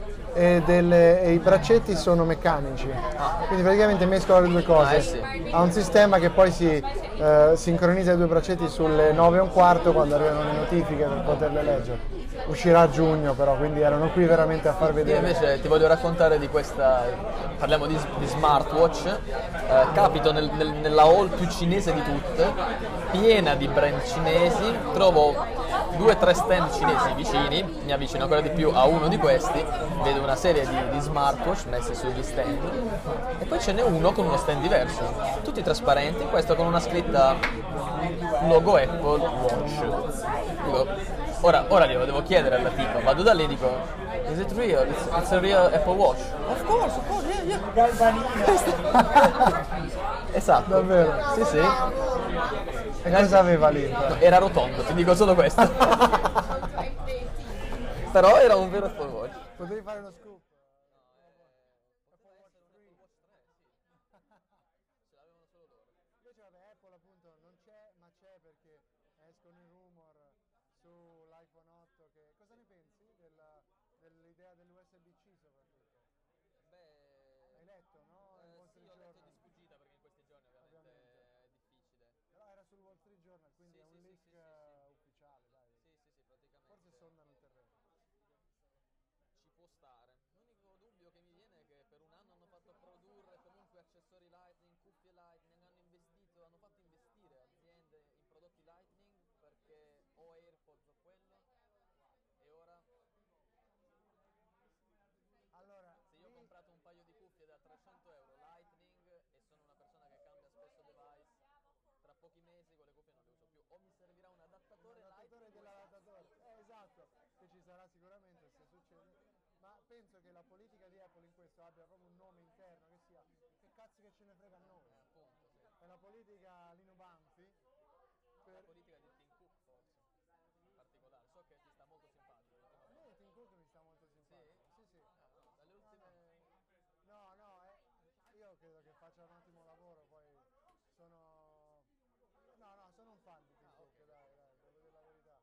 e i braccetti sono meccanici, quindi praticamente mescola le due cose. Ha un sistema che poi si sincronizza i due braccetti sulle 9:15 quando arrivano le notifiche per poterle leggere. Uscirà a giugno però, quindi erano qui veramente a far vedere. Io invece ti voglio raccontare di questa, parliamo di smartwatch, capito nella hall più cinese di tutte, piena di brand cinesi, trovo 2 o 3 stand cinesi vicini, mi avvicino ancora di più a uno di questi, vedo una serie di smartwatch messi sugli stand e poi ce n'è uno con uno stand diverso, tutti trasparenti, questo con una scritta logo Apple Watch. Dico, ora glielo devo chiedere alla tipa, vado da lì e dico, is it real? It's a real Apple Watch? Of course, yeah. Esatto. Davvero? Sì, sì. E cosa aveva lì? Era rotondo, ti dico solo questo. Però era un vero Apple Watch. Potevi fare uno scoop. Invece vabbè, Apple appunto non c'è, ma c'è perché escono i rumor sull'iPhone 8 che... Cosa ne pensi dell'idea dell'USB-C soprattutto? Beh, Hai letto, no? Il Wall sì, Street ho letto Journal. di sfuggita perché in questi giorni ovviamente è difficile. Però era sul Wall Street Journal, quindi Sì, è un sì, leak sì, sì. ufficiale, dai. Sì, praticamente. Forse sondano il terreno. Ci può stare. L'unico dubbio che mi viene è che per un anno hanno fatto produrre comunque accessori Lightning, cuffie Lightning, hanno fatto investire aziende in prodotti Lightning perché o AirPods o quello, e ora Allora, se io ho comprato un paio di cuffie da 300 euro Lightning e sono una persona che cambia spesso device, tra pochi mesi con le cuffie non le uso più, o mi servirà un adattatore Lightning dell'adattatore. Esatto, che ci sarà sicuramente se succede. Ma penso che la politica di Apple in questo abbia proprio un nome interno, che sia che cazzo che ce ne frega a noi. appunto, sì. È la politica Lino Banfi. La politica di Tim Cook forse, in particolare. So che ti sta molto simpatico A ultimamente. me Tim Cook mi sta molto simpatico. Sì? Sì. Dalle ultime... No, io credo che faccia un ottimo lavoro, poi sono... No, sono un fan di Tim Cook, ok. dai, devo dire la verità.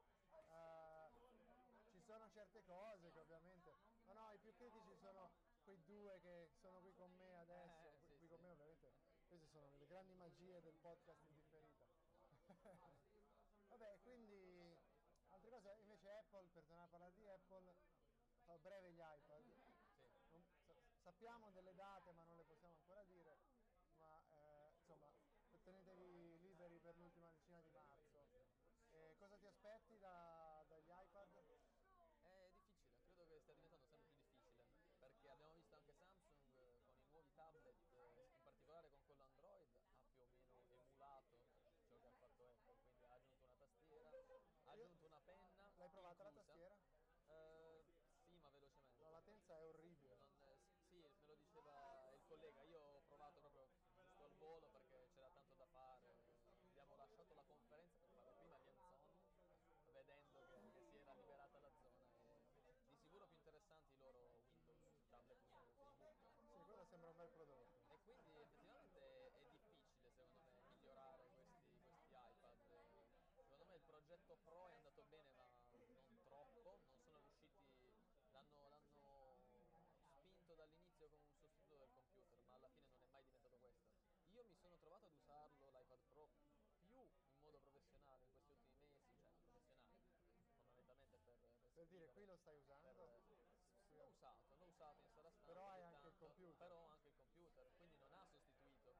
Ci sono certe cose che ovviamente... No, i più critici sono quei due che sono qui con me adesso, qui con me ovviamente. Queste sono le grandi magie del podcast in differita. Vabbè, quindi... Altre cose, invece Apple, per tornare a parlare di Apple, fa breve gli iPad. Sappiamo delle date ma non le possiamo ancora dire, ma insomma tenetevi liberi per l'ultima decina di marzo. Cosa ti aspetti dagli iPad? È difficile, credo che stia diventando sempre più difficile, perché abbiamo visto anche Samsung con i nuovi tablet, in particolare con quello Android, ha più o meno emulato ciò che ha fatto Apple, quindi ha aggiunto una tastiera, ha aggiunto una penna. L'hai provata la inclusa. tastiera? Sì, ma velocemente. La latenza è orribile. Sì, me lo diceva il collega, io ho provato proprio giusto al volo perché c'era tanto da fare, abbiamo lasciato la conferenza per fare prima gli hands-on, vedendo che si era liberata la zona, e di sicuro più interessanti i loro Windows, tablet Windows, i book. Sì, quello sembra un bel prodotto. E quindi effettivamente è difficile secondo me migliorare questi iPad. Secondo me il progetto Pro è andato bene ma non troppo, non sono riusciti, l'hanno spinto dall'inizio come un sostituto del computer, ma alla fine non è mai diventato questo. Io mi sono trovato ad usarlo, l'iPad Pro, più in modo professionale in questi ultimi mesi, cioè professionale, fondamentalmente Per dire, qui lo stai usando? l'ho usato in sala stampa. Però hai ogni anche il tanto, computer. Però ho anche il computer, quindi non ha sostituito.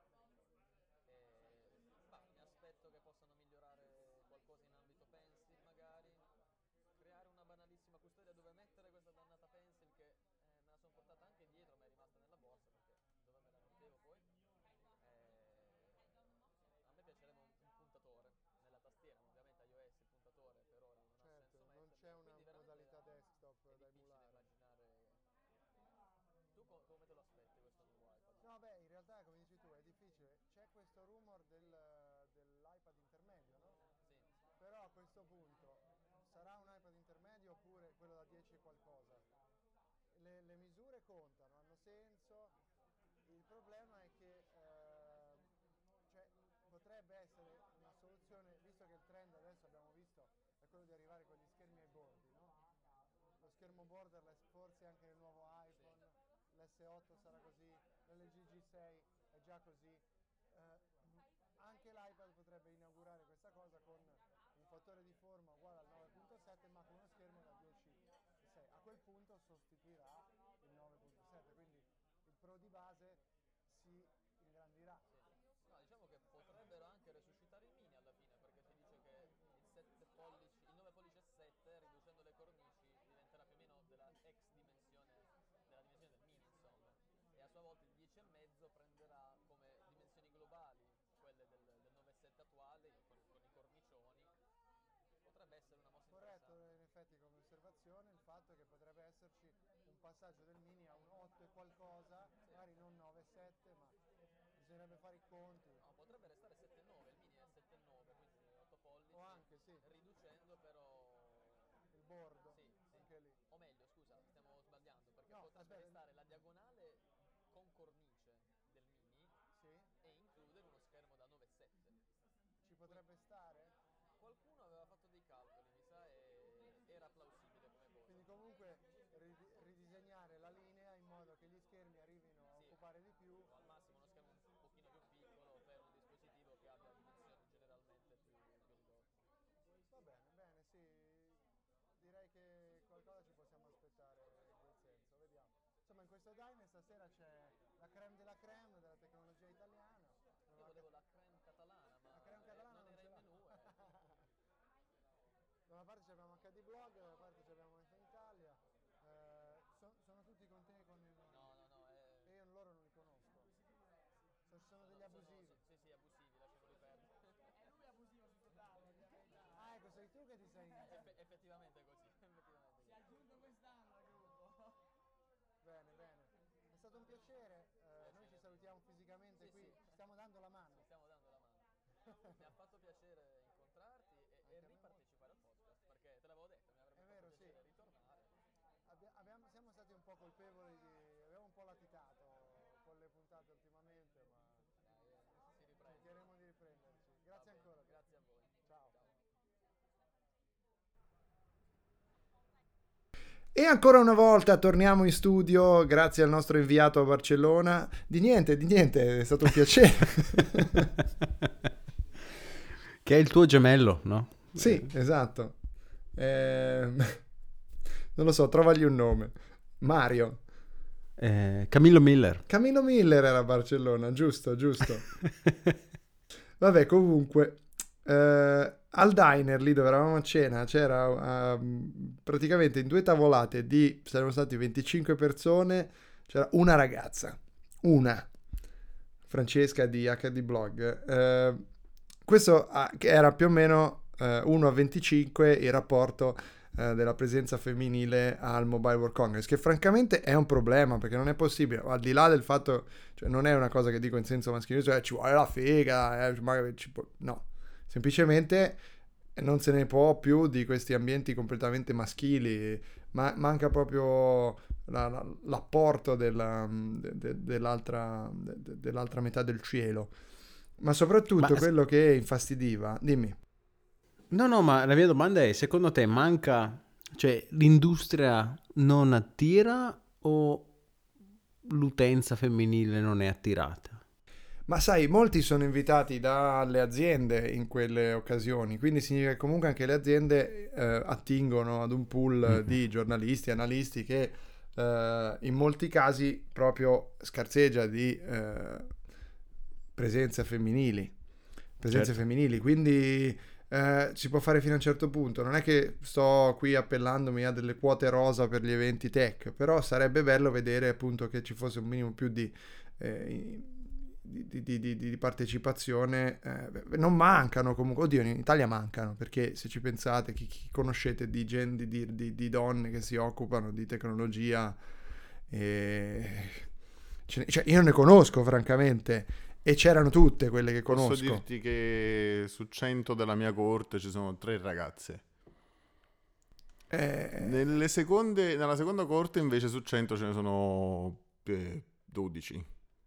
Mi aspetto che possano migliorare qualcosa in ambito pencil magari, creare una banalissima custodia dove mettere questa dannata pencil che me la sono portata anche dietro, ma è rimasta nella borsa perché dove me la mettevo poi. A me piacerebbe un puntatore nella tastiera, ma ovviamente iOS il puntatore per ora non ha senso metterlo. Non c'è una quindi modalità desktop è da difficile emulare. immaginare. Tu come te lo aspetti questo nuovo iPad? No, beh, in realtà come dici tu è difficile. C'è questo rumor dell'iPad intermedio, no? Sì. Però a questo punto sarà un iPad intermedio oppure quello da 10 e qualcosa? Le misure contano, hanno senso. Il problema è che potrebbe essere una soluzione, visto che il trend adesso abbiamo visto è quello di arrivare con gli schermi ai bordi, no? Lo schermo borderless forse anche nel nuovo iPhone, sì. L'S8 sarà così, l'LG G6 è già così. Anche l'iPad potrebbe inaugurare questa cosa con un fattore di forma uguale al 9.7 ma con uno schermo da 10,6. A quel punto sostituirà il 9.7, quindi il Pro di base si ingrandirà. Sì. No, diciamo che potrebbero anche resuscitare il mini alla fine, perché si dice che il 9 pollici 7 riducendo le cornici diventerà più o meno della dimensione del mini, insomma, e a sua volta il 10,5 prenderà come dimensioni globali quelle del 9,7 attuale con i cornicioni. Potrebbe essere una mossa corretto, interessante. in effetti come osservazione il fatto che potrebbe esserci un passaggio del mini a un 8 e qualcosa, magari non 9,7, ma bisognerebbe fare i conti. No, potrebbe restare 7,9, il mini è 7,9, quindi 8 pollici. O anche, sì, Riducendo però... il bordo, Sì, sì. anche lì. O meglio, scusa, stiamo sbagliando, perché No, potrebbe aspetta. restare la diagonale con cornice del mini Sì, e includere uno schermo da 9,7. ci potrebbe stare. Qualcuno aveva fatto dei calcoli, mi sa, e era plausibile come cosa. Quindi comunque ridisegnare la linea in modo che gli schermi arrivino a Sì. occupare di più. O al massimo uno schermo un pochino più piccolo per un dispositivo che abbia dimensioni generalmente più ridotte. Va bene, bene, sì. Direi che qualcosa ci possiamo aspettare in quel senso, vediamo. Insomma, in questo Dine stasera c'è la creme della creme della tecnologia italiana. Io volevo la creme catalana, ma La creme catalana non non era ce in l'ha. menù. Da una parte abbiamo HD Blog, da una parte abbiamo F Italia. Sono tutti con te con il... No, E io loro non li conosco. Sono degli abusivi. Sì, abusivi, lasciamoli perdere. È lui abusivo su totale, ovviamente. Ah, ecco, sei tu che ti sei... Effettivamente così, effettivamente Si è aggiunto quest'anno al gruppo. Bene, bene. È stato un piacere. Noi ci salutiamo fisicamente Sì, qui. sì. Stiamo dando la mano. Ci stiamo dando la mano. Mi ha fatto piacere incontrarti e ripartecipare al podcast, perché te l'avevo detto, mi avrebbe È fatto vero, piacere sì. ritornare. Siamo stati un po' colpevoli abbiamo un po' laticato con le puntate ultimamente, ma Dai, si riprende. cercheremo di riprenderci. Grazie Va bene, ancora. grazie a voi. Ciao. Ciao. E ancora una volta torniamo in studio grazie al nostro inviato a Barcellona. Di niente, è stato un piacere. Che è il tuo gemello, no? Sì, esatto. Non lo so, trovagli un nome. Mario. Camillo Miller. Camillo Miller era a Barcellona, giusto. Vabbè, comunque, al diner lì dove eravamo a cena c'era praticamente in 2 tavolate saremmo stati 25 persone, c'era una ragazza, Francesca di HD Blog. Questo che era più o meno 1 a 25 il rapporto della presenza femminile al Mobile World Congress, che francamente è un problema, perché non è possibile, al di là del fatto, cioè non è una cosa che dico in senso maschile, cioè ci vuole la figa, no, semplicemente non se ne può più di questi ambienti completamente maschili, ma manca proprio l'apporto dell'altra metà del cielo, ma soprattutto quello che infastidiva, dimmi. No, ma la mia domanda è, secondo te manca, cioè l'industria non attira o l'utenza femminile non è attirata? Ma sai, molti sono invitati dalle aziende in quelle occasioni, quindi significa che comunque anche le aziende attingono ad un pool di giornalisti, analisti che in molti casi proprio scarseggia di presenze femminili, quindi si può fare fino a un certo punto. Non è che sto qui appellandomi a delle quote rosa per gli eventi tech, però sarebbe bello vedere appunto che ci fosse un minimo più di partecipazione. Non mancano comunque, oddio, in Italia mancano, perché se ci pensate, chi conoscete di donne che si occupano di tecnologia, cioè io non ne conosco francamente, e c'erano tutte quelle che conosco. Posso dirti che su 100 della mia coorte ci sono 3 ragazze. Nella seconda coorte invece su 100 ce ne sono 12.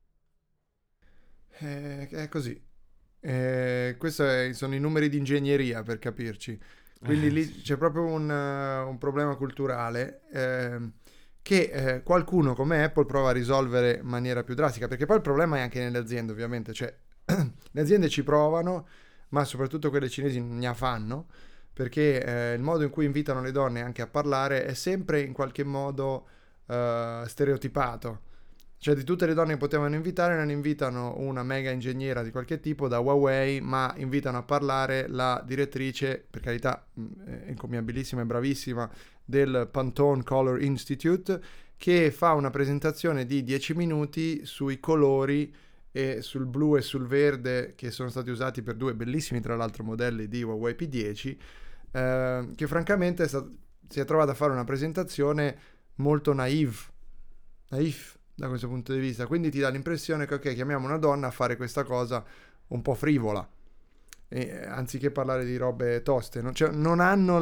È così. Questi sono i numeri di ingegneria, per capirci. Quindi lì c'è proprio un problema culturale che qualcuno come Apple prova a risolvere in maniera più drastica, perché poi il problema è anche nelle aziende, ovviamente. Cioè, le aziende ci provano, ma soprattutto quelle cinesi non ne fanno, perché il modo in cui invitano le donne anche a parlare è sempre in qualche modo stereotipato. Cioè, di tutte le donne che potevano invitare, non invitano una mega ingegnera di qualche tipo da Huawei, ma invitano a parlare la direttrice, per carità, encomiabilissima e bravissima, del Pantone Color Institute, che fa una presentazione di 10 minuti sui colori e sul blu e sul verde che sono stati usati per 2 bellissimi, tra l'altro, modelli di Huawei P10, che francamente si è trovata a fare una presentazione molto naif da questo punto di vista, quindi ti dà l'impressione che ok, chiamiamo una donna a fare questa cosa un po' frivola, anziché parlare di robe toste, no? Cioè, non hanno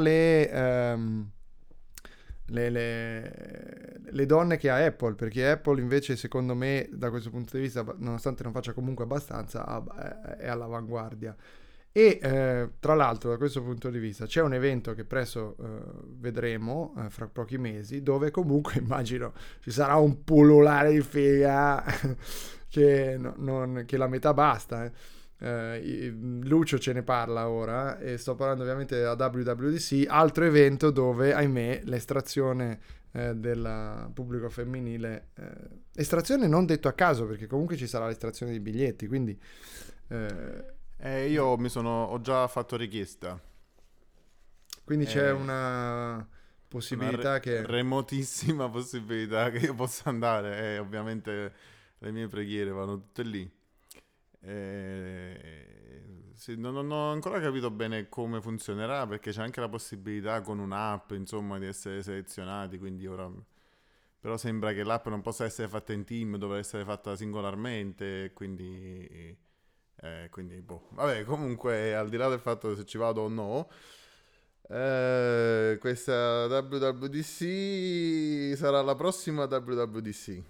le donne che ha Apple, perché Apple invece secondo me da questo punto di vista, nonostante non faccia comunque abbastanza, è all'avanguardia. E tra l'altro da questo punto di vista c'è un evento che presto vedremo fra pochi mesi, dove comunque immagino ci sarà un pullulare di figa che la metà basta. Lucio ce ne parla ora, e sto parlando ovviamente della WWDC, altro evento dove ahimè l'estrazione del pubblico femminile, estrazione non detto a caso, perché comunque ci sarà l'estrazione dei biglietti, quindi io ho già fatto richiesta. quindi c'è una possibilità che remotissima possibilità che io possa andare, e ovviamente le mie preghiere vanno tutte lì. Sì, non ho ancora capito bene come funzionerà, perché c'è anche la possibilità con un'app, insomma, di essere selezionati, quindi ora però sembra che l'app non possa essere fatta in team, dovrà essere fatta singolarmente, quindi boh. Vabbè, comunque, al di là del fatto se ci vado o no, questa WWDC sarà la prossima WWDC.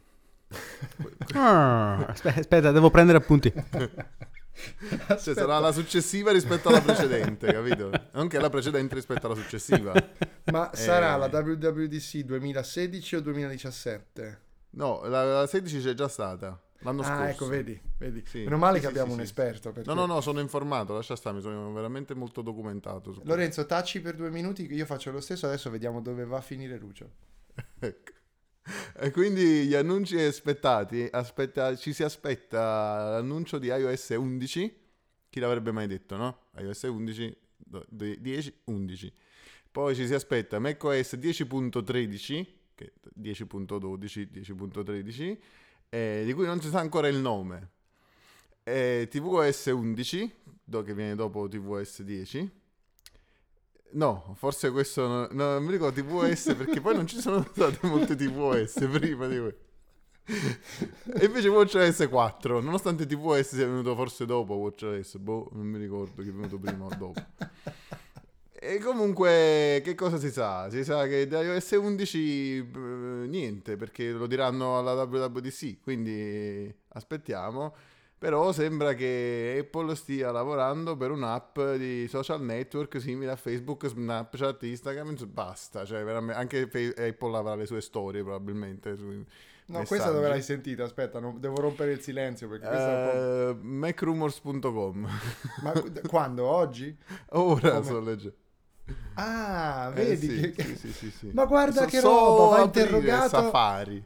Aspetta, devo prendere appunti. Cioè, sarà la successiva rispetto alla precedente, capito? Non che la precedente rispetto alla successiva. ma sarà la WWDC 2016 o 2017? No, la 16 c'è già stata l'anno scorso. Ecco, vedi. Sì, Meno male sì, che sì, abbiamo sì, un sì. esperto, perché... No, sono informato, lascia stare, mi sono veramente molto documentato su Lorenzo, taci per 2 minuti, io faccio lo stesso, adesso vediamo dove va a finire Lucio. Ecco. E quindi gli annunci aspettati, ci si aspetta l'annuncio di iOS 11, chi l'avrebbe mai detto, no? iOS 11, 10, 11. Poi ci si aspetta macOS 10.13, che 10.12, 10.13, di cui non si sa ancora il nome. tvOS 11, che viene dopo tvOS 10. No, forse questo non mi ricordo tvOS, perché poi non ci sono state molte tvOS prima di questo. E invece WatchOS 4, nonostante tvOS sia venuto forse dopo WatchOS, non mi ricordo chi è venuto prima o dopo. E comunque, che cosa si sa? Si sa che da iOS 11 niente, perché lo diranno alla WWDC, quindi aspettiamo. Però sembra che Apple stia lavorando per un'app di social network simile a Facebook, Snapchat, Instagram, basta, cioè veramente, anche Apple avrà le sue storie probabilmente sui No, messaggi. questa dove l'hai sentita? Aspetta, devo rompere il silenzio perché questa è un po'... Macrumors.com. Ma quando? Oggi? Ora Come? sto leggendo. Ah, vedi sì, che... sì. Ma guarda che So roba, va aprire interrogato... Safari.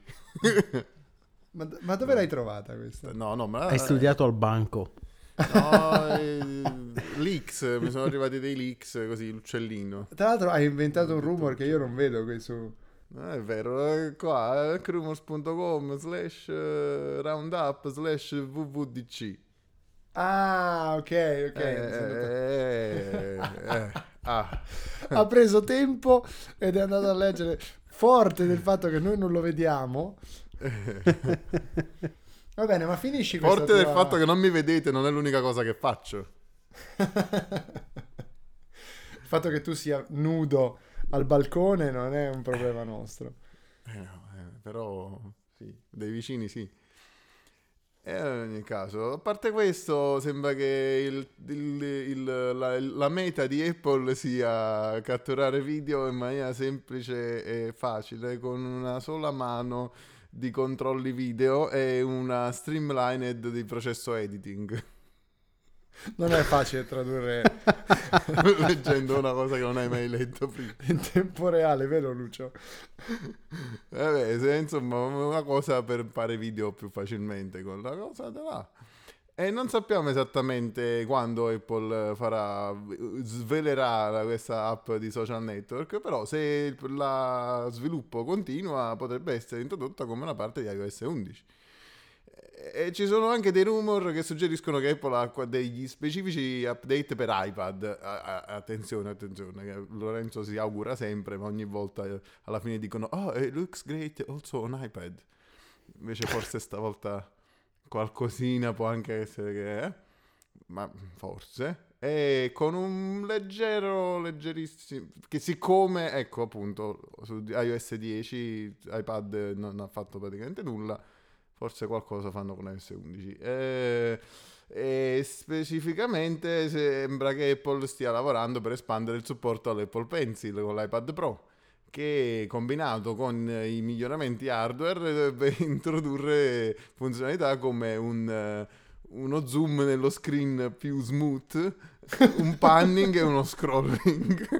Ma dove l'hai trovata questa? No, Hai studiato al banco. No, leaks, mi sono arrivati dei leaks così, l'uccellino. Tra l'altro hai inventato un rumor che io non vedo qui su... Non è vero, qua crumors.com/roundup/wwdc. Ah, ok. Ah. Ha preso tempo ed è andato a leggere, forte del fatto che noi non lo vediamo. Va bene, ma finisci questa Forte del tua- fatto che non mi vedete non è l'unica cosa che faccio. Il fatto che tu sia nudo al balcone non è un problema nostro. Però sì, dei vicini sì. E in ogni caso, a parte questo, sembra che la meta di Apple sia catturare video in maniera semplice e facile, con una sola mano di controlli video e una streamlined di processo editing. Non è facile tradurre Leggendo una cosa che non hai mai letto prima. in tempo reale, vero Lucio? Vabbè, insomma, una cosa per fare video più facilmente con la cosa da là. E non sappiamo esattamente quando Apple svelerà questa app di social network, però se la sviluppo continua potrebbe essere introdotta come una parte di iOS 11. E ci sono anche dei rumor che suggeriscono che Apple ha degli specifici update per iPad. Attenzione, che Lorenzo si augura sempre, ma ogni volta alla fine dicono "Oh, it looks great also on iPad". Invece forse stavolta qualcosina può anche essere che... ma forse... E con un leggerissimo... Che siccome, ecco appunto, su iOS 10 iPad non ha fatto praticamente nulla, forse qualcosa fanno con iOS 11. E specificamente sembra che Apple stia lavorando per espandere il supporto all'Apple Pencil con l'iPad Pro, che combinato con i miglioramenti hardware dovrebbe introdurre funzionalità come uno zoom nello screen più smooth, un panning e uno scrolling.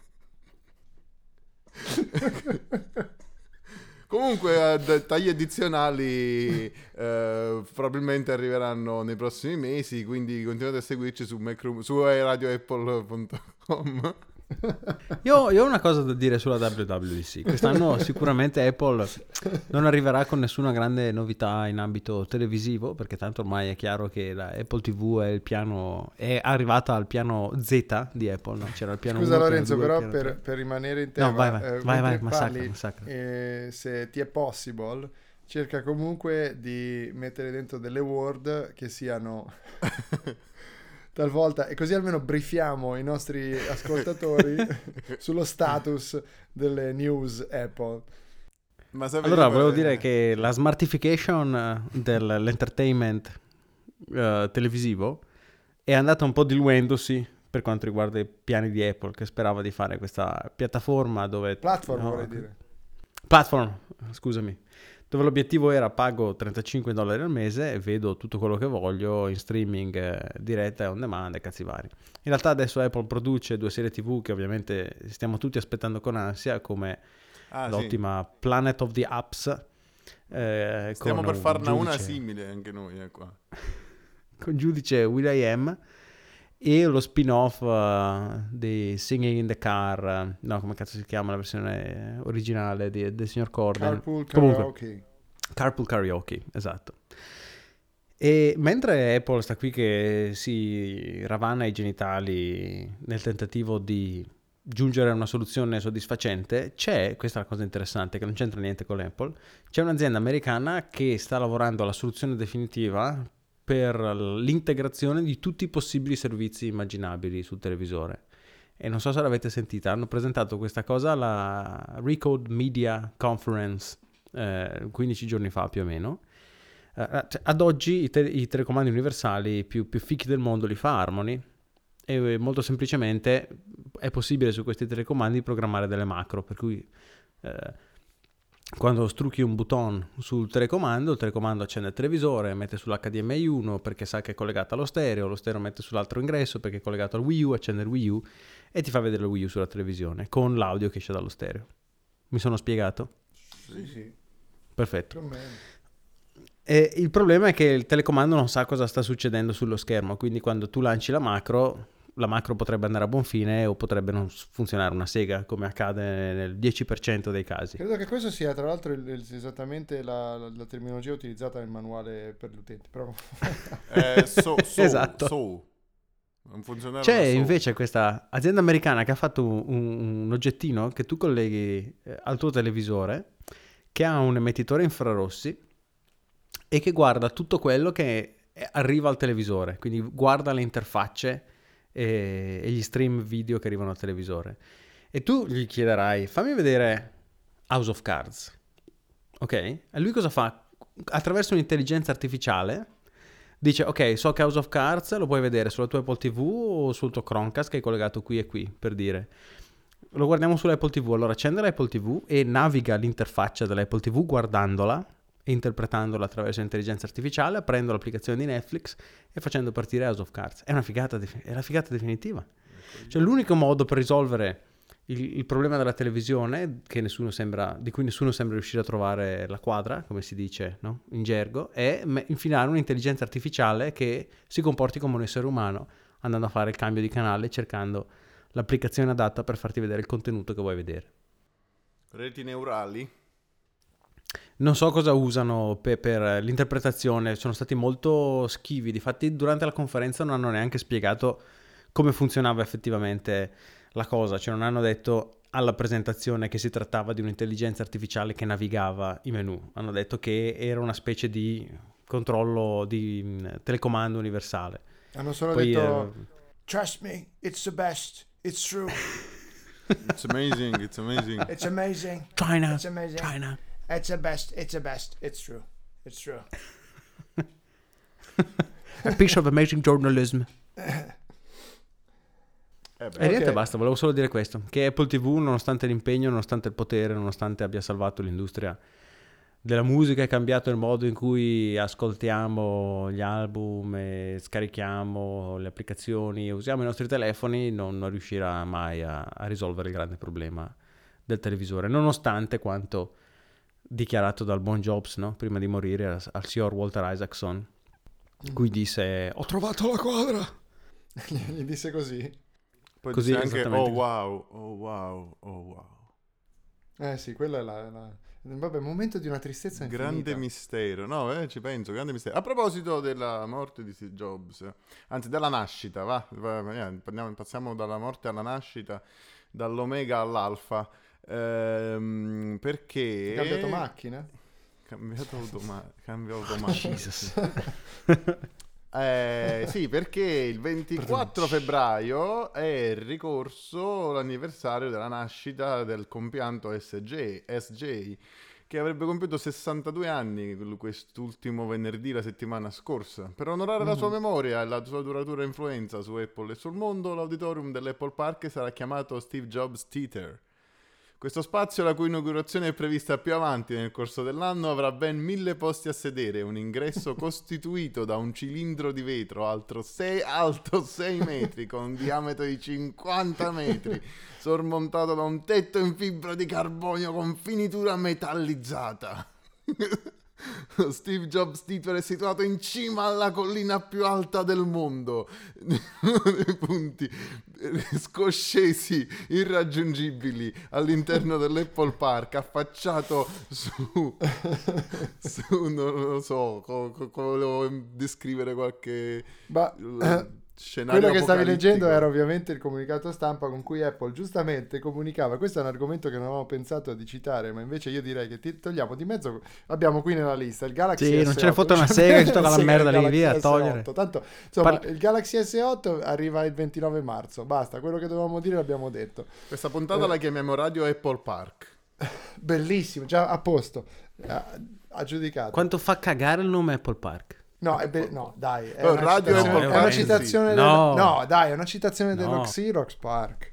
Comunque dettagli addizionali probabilmente arriveranno nei prossimi mesi, quindi continuate a seguirci su radioapple.com. Io ho una cosa da dire sulla WWDC. Quest'anno sicuramente Apple non arriverà con nessuna grande novità in ambito televisivo, perché tanto ormai è chiaro che la Apple TV è arrivata al piano Z di Apple, no? C'era il piano Scusa 1, Lorenzo, piano 2, però piano 3. per rimanere in tema, No, vai, parli, massacra. se ti è possible, cerca comunque di mettere dentro delle word che siano talvolta, e così almeno briefiamo i nostri ascoltatori sullo status delle news Apple. Ma Allora, volevo dire che la smartification dell'entertainment televisivo è andata un po' diluendosi per quanto riguarda i piani di Apple, che sperava di fare questa piattaforma dove... Platform, no, vorrei dire. Platform, scusami. Dove l'obiettivo era pago $35 al mese e vedo tutto quello che voglio in streaming, diretta e on demand e cazzi vari. In realtà adesso Apple produce 2 serie TV che ovviamente stiamo tutti aspettando con ansia, come l'ottima sì. Planet of the Apps. Stiamo per farne giudice, una simile anche noi qua. Con giudice will.i.am e lo spin-off di Singing in the Car, no, come cazzo si chiama la versione originale del signor Corden? Carpool Karaoke, esatto. E mentre Apple sta qui che si ravana i genitali nel tentativo di giungere a una soluzione soddisfacente, questa è la cosa interessante che non c'entra niente con l'Apple, c'è un'azienda americana che sta lavorando alla soluzione definitiva per l'integrazione di tutti i possibili servizi immaginabili sul televisore. E non so se l'avete sentita, hanno presentato questa cosa alla Recode Media Conference 15 giorni fa più o meno. Ad oggi i telecomandi universali più fichi del mondo li fa Harmony, e molto semplicemente è possibile su questi telecomandi programmare delle macro, per cui quando strucchi un button sul telecomando, il telecomando accende il televisore, mette sull'HDMI 1 perché sa che è collegato allo stereo, lo stereo mette sull'altro ingresso perché è collegato al Wii U, accende il Wii U e ti fa vedere il Wii U sulla televisione con l'audio che esce dallo stereo. Mi sono spiegato? Sì. Perfetto. E il problema è che il telecomando non sa cosa sta succedendo sullo schermo, quindi quando tu lanci la macro potrebbe andare a buon fine o potrebbe non funzionare una sega, come accade nel 10% dei casi. Credo che questo sia tra l'altro esattamente la terminologia utilizzata nel manuale per l'utente, però... esatto. Non funzionava. C'è invece questa azienda americana che ha fatto un oggettino che tu colleghi al tuo televisore, che ha un emettitore infrarossi e che guarda tutto quello che arriva al televisore, quindi guarda le interfacce e gli stream video che arrivano al televisore. E tu gli chiederai: fammi vedere House of Cards, ok? E lui cosa fa? Attraverso un'intelligenza artificiale dice: ok, so che House of Cards lo puoi vedere sulla tua Apple TV o sul tuo Chromecast che è collegato qui e qui, per dire. Lo guardiamo sull'Apple TV, allora accende l'Apple TV e naviga l'interfaccia dell'Apple TV guardandola e interpretandola attraverso l'intelligenza artificiale, aprendo l'applicazione di Netflix e facendo partire House of Cards. È una figata, è la figata definitiva. Cioè l'unico modo per risolvere il problema della televisione, di cui nessuno sembra riuscire a trovare la quadra, come si dice, no? In gergo, è infilare un'intelligenza artificiale che si comporti come un essere umano, andando a fare il cambio di canale, cercando l'applicazione adatta per farti vedere il contenuto che vuoi vedere. Reti neurali? Non so cosa usano per l'interpretazione, sono stati molto schivi, difatti durante la conferenza non hanno neanche spiegato come funzionava effettivamente la cosa, cioè non hanno detto alla presentazione che si trattava di un'intelligenza artificiale che navigava i menu, hanno detto che era una specie di controllo di telecomando universale. Hanno solo Poi, detto trust me, it's the best, it's true, It's amazing, it's amazing. it's amazing, China, it's amazing, China. it's the best, it's true, it's true. A piece of amazing journalism. Beh. E niente, Ok. basta, volevo solo dire questo, che Apple TV, nonostante l'impegno, nonostante il potere, nonostante abbia salvato l'industria della musica e cambiato il modo in cui ascoltiamo gli album e scarichiamo le applicazioni e usiamo i nostri telefoni, non riuscirà mai a risolvere il grande problema del televisore, nonostante quanto dichiarato dal buon Jobs, no? Prima di morire al signor Walter Isaacson, cui disse ho trovato la quadra. Gli disse così. Poi Così, dice anche esattamente. oh wow, oh wow, oh wow. Sì, quella è vabbè, momento di una tristezza infinita. Grande mistero, no, ci penso, grande mistero. A proposito della morte di Steve Jobs, anzi della nascita, passiamo dalla morte alla nascita, dall'omega all'alfa, perché... Ha cambiato macchina? Cambio automatico. Jesus. Sì, perché il 24 febbraio è ricorso l'anniversario della nascita del compianto SJ, che avrebbe compiuto 62 anni quest'ultimo venerdì la settimana scorsa. Per onorare la sua memoria e la sua duratura influenza su Apple e sul mondo, l'auditorium dell'Apple Park sarà chiamato Steve Jobs Theater. Questo spazio, la cui inaugurazione è prevista più avanti nel corso dell'anno, avrà ben 1000 posti a sedere, un ingresso costituito da un cilindro di vetro alto 6 metri, con un diametro di 50 metri, sormontato da un tetto in fibra di carbonio con finitura metallizzata. Lo Steve Jobs Theater è situato in cima alla collina più alta del mondo, dei punti scoscesi irraggiungibili all'interno dell'Apple Park, affacciato su non lo so, come volevo descrivere qualche scenario Quello che stavi apocalittico. leggendo era ovviamente il comunicato stampa con cui Apple giustamente comunicava. Questo è un argomento che non avevo pensato di citare, ma invece io direi che ti togliamo di mezzo. Abbiamo qui nella lista il Galaxy Sì, S8. non ce ne fotte una sega, ci tocca la merda lì, via, Galaxy togliere. S8. Tanto, insomma, il Galaxy S8 arriva il 29 marzo. Basta, quello che dovevamo dire l'abbiamo detto. Questa puntata la chiamiamo Radio Apple Park. Bellissimo, già a posto. Aggiudicato. Quanto fa cagare il nome Apple Park? No, no, dai, è Oh, una Radio citazione, Apple è Park, una sì. citazione No. no, dai, è una citazione dello No. Xerox Park.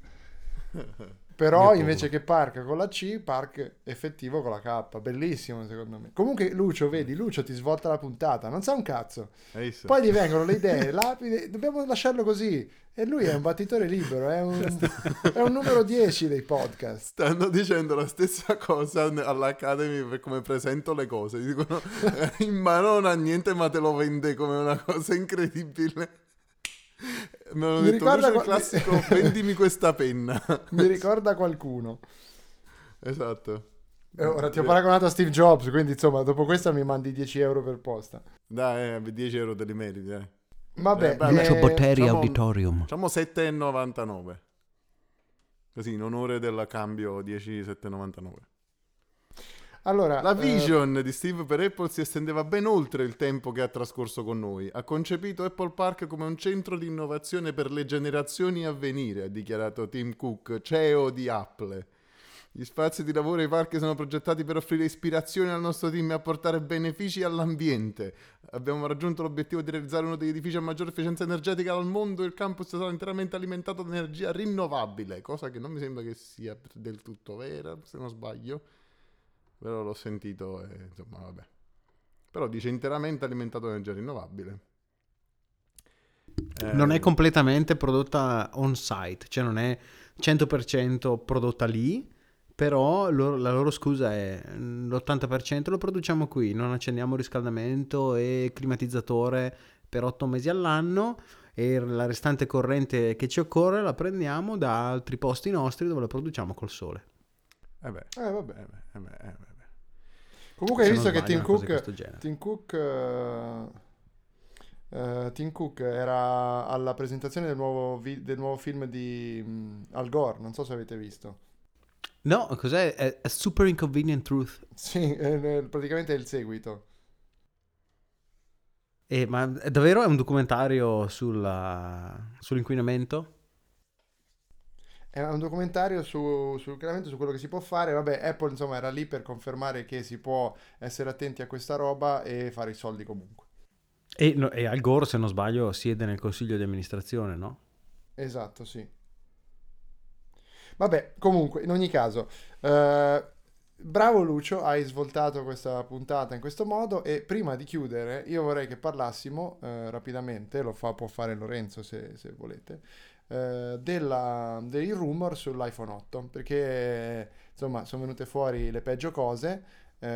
Però Mio invece che Park con la C, Park effettivo con la K. Bellissimo secondo me. Comunque Lucio, vedi, Lucio ti svolta la puntata, non sa un cazzo. Hai visto? Poi gli vengono le idee, lapide, dobbiamo lasciarlo così. E lui è un battitore libero, è un numero 10 dei podcast. Stanno dicendo la stessa cosa all'Academy per come presento le cose. Dicono in mano non ha niente ma te lo vende come una cosa incredibile. Mi hanno Mi detto ricorda Lucio, il classico vendimi questa penna. Mi ricorda qualcuno. Esatto. Ora ti ho paragonato a Steve Jobs, quindi insomma dopo questa mi mandi 10 euro per posta. Dai, 10 euro te li meriti, dai. Vabbè, Lucio Botteri facciamo- Auditorium. Facciamo 7,99. Così in onore del cambio 10,799. allora, La vision di Steve per Apple si estendeva ben oltre il tempo che ha trascorso con noi. Ha concepito Apple Park come un centro di innovazione per le generazioni a venire, ha dichiarato Tim Cook, CEO di Apple. Gli spazi di lavoro e i parchi sono progettati per offrire ispirazione al nostro team e apportare benefici all'ambiente. Abbiamo raggiunto l'obiettivo di realizzare uno degli edifici a maggiore efficienza energetica al mondo. Il campus sarà interamente alimentato da energia rinnovabile, cosa che non mi sembra che sia del tutto vera, se non sbaglio. Però l'ho sentito e insomma vabbè. Però dice interamente alimentato da energia rinnovabile. Non è completamente prodotta on site, cioè non è 100% prodotta lì, però la loro scusa è l'80% lo produciamo qui, non accendiamo riscaldamento e climatizzatore per 8 mesi all'anno e la restante corrente che ci occorre la prendiamo da altri posti nostri dove la produciamo col sole. Vabbè. vabbè. Comunque hai Se visto non che sbaglio, una cosa di questo genere. Tim Cook era alla presentazione del nuovo film di Al Gore, non so se avete visto. No, cos'è? A Super Inconvenient Truth. Sì, praticamente è il seguito. Ma davvero è un documentario sull'inquinamento? È un documentario chiaramente su quello che si può fare. Vabbè, Apple insomma era lì per confermare che si può essere attenti a questa roba e fare i soldi comunque. E Al Gore, se non sbaglio, siede nel consiglio di amministrazione, no? Esatto, sì. Vabbè, comunque, in ogni caso, bravo Lucio, hai svoltato questa puntata in questo modo e prima di chiudere io vorrei che parlassimo rapidamente, può fare Lorenzo se volete, dei rumor sull'iPhone 8, perché insomma sono venute fuori le peggio cose,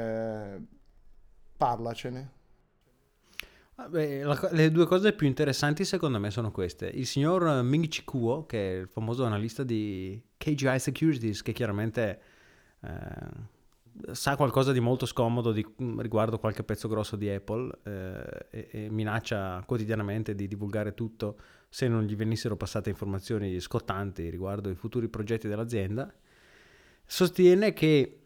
parlacene. Vabbè, le due cose più interessanti secondo me sono queste. Il signor Ming-Chi Kuo, che è il famoso analista di KGI Securities, che chiaramente sa qualcosa di molto scomodo riguardo qualche pezzo grosso di Apple e minaccia quotidianamente di divulgare tutto se non gli venissero passate informazioni scottanti riguardo i futuri progetti dell'azienda. Sostiene che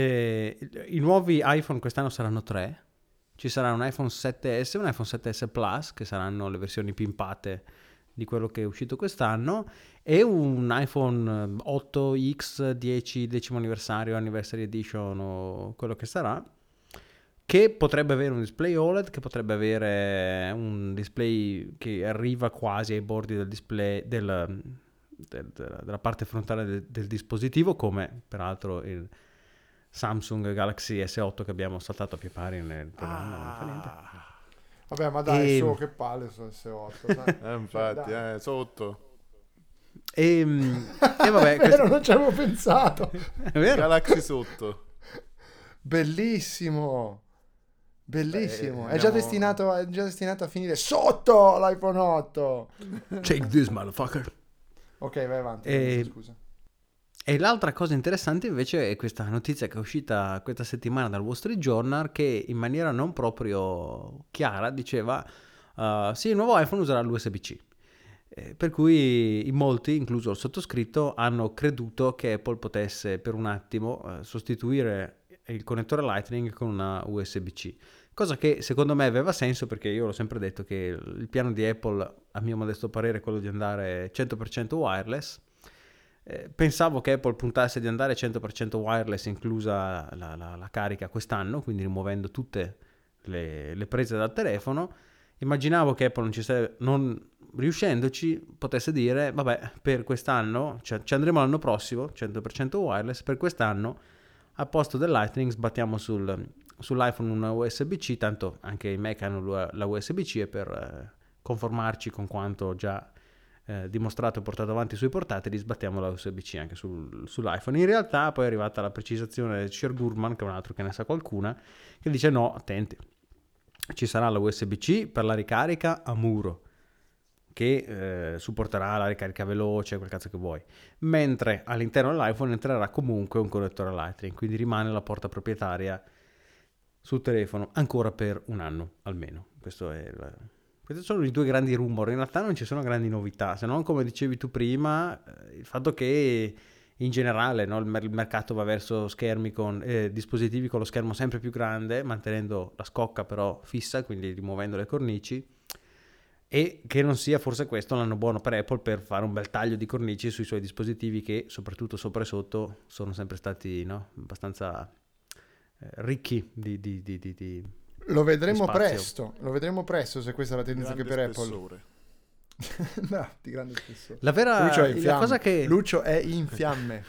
i nuovi iPhone quest'anno saranno 3. Ci sarà un iPhone 7S e un iPhone 7S Plus, che saranno le versioni pimpate di quello che è uscito quest'anno, e un iPhone 8X 10 decimo anniversario, Anniversary Edition o quello che sarà, che potrebbe avere un display OLED, che potrebbe avere un display che arriva quasi ai bordi del display della parte frontale del dispositivo, come peraltro il Samsung Galaxy S8 che abbiamo saltato a pie pari nel programma, non fa niente. Vabbè, ma dai, E- che palle su S8. Dai. Infatti, Dai. sotto. E vabbè, È vero, non ci avevo pensato. è vero. Galaxy sotto. Bellissimo. Bellissimo. Beh, È già destinato a finire sotto l'iPhone 8. Take this, motherfucker. Ok, vai avanti. E- Scusa. E l'altra cosa interessante invece è questa notizia che è uscita questa settimana dal Wall Street Journal, che in maniera non proprio chiara diceva sì, il nuovo iPhone userà l'USB-C. Per cui in molti, incluso il sottoscritto, hanno creduto che Apple potesse per un attimo sostituire il connettore Lightning con una USB-C. Cosa che secondo me aveva senso, perché io l'ho sempre detto che il piano di Apple, a mio modesto parere, è quello di andare 100% wireless. Pensavo che Apple puntasse di andare 100% wireless, inclusa la carica quest'anno, quindi rimuovendo tutte le prese dal telefono. Immaginavo che Apple non riuscendoci potesse dire vabbè, per quest'anno ci andremo l'anno prossimo 100% wireless, per quest'anno a posto del Lightning sbattiamo sull'iPhone una USB-C, tanto anche i Mac hanno la USB-C, e per conformarci con quanto già dimostrato e portato avanti sui portatili sbattiamo la USB-C anche sull'iPhone. In realtà poi è arrivata la precisazione del Sher Gurman, che è un altro che ne sa qualcuna, che dice no, attenti, ci sarà la USB-C per la ricarica a muro, che supporterà la ricarica veloce, quel cazzo che vuoi, mentre all'interno dell'iPhone entrerà comunque un connettore Lightning, quindi rimane la porta proprietaria sul telefono ancora per un anno almeno. Questi sono i due grandi rumor. In realtà non ci sono grandi novità, se non, come dicevi tu prima, il fatto che in generale, no, il mercato va verso schermi con dispositivi con lo schermo sempre più grande, mantenendo la scocca però fissa, quindi rimuovendo le cornici, e che non sia forse questo l'anno buono per Apple per fare un bel taglio di cornici sui suoi dispositivi, che soprattutto sopra e sotto sono sempre stati, no, abbastanza ricchi di Lo vedremo spazio. presto se questa è la tendenza Grande che per spessore. Apple. No, di grande spessore. La vera Lucio è in la fiamme. cosa che Lucio è in fiamme.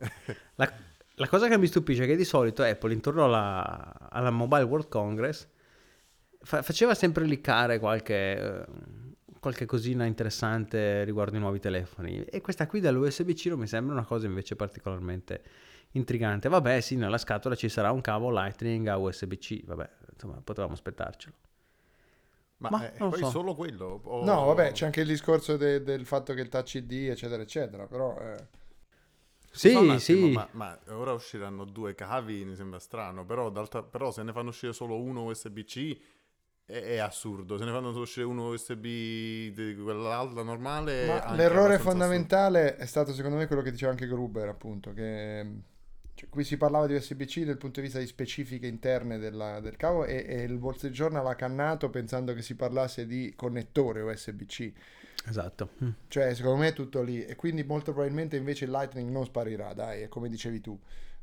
la cosa che mi stupisce è che di solito Apple intorno alla Mobile World Congress faceva sempre liccare qualche cosina interessante riguardo i nuovi telefoni, e questa qui dall'USB-C non mi sembra una cosa invece particolarmente intrigante. Vabbè, sì, nella scatola ci sarà un cavo Lightning a USB-C, vabbè, insomma, potevamo aspettarcelo. Ma non poi so. solo quello? No, vabbè, c'è anche il discorso del fatto che il Touch ID, eccetera, eccetera, però... Sì, Scusa un attimo, sì. ma ora usciranno 2 cavi, mi sembra strano, però se ne fanno uscire solo uno USB-C è assurdo, se ne fanno solo uscire uno USB di quell'altra normale Ma anche l'errore abbastanza fondamentale è stato secondo me quello che diceva anche Gruber, appunto, che cioè, qui si parlava di USB-C dal punto di vista di specifiche interne del cavo e il Wall Street Journal ha cannato pensando che si parlasse di connettore USB-C. Esatto. Cioè, secondo me è tutto lì. E quindi molto probabilmente invece il Lightning non sparirà, dai, è come dicevi tu.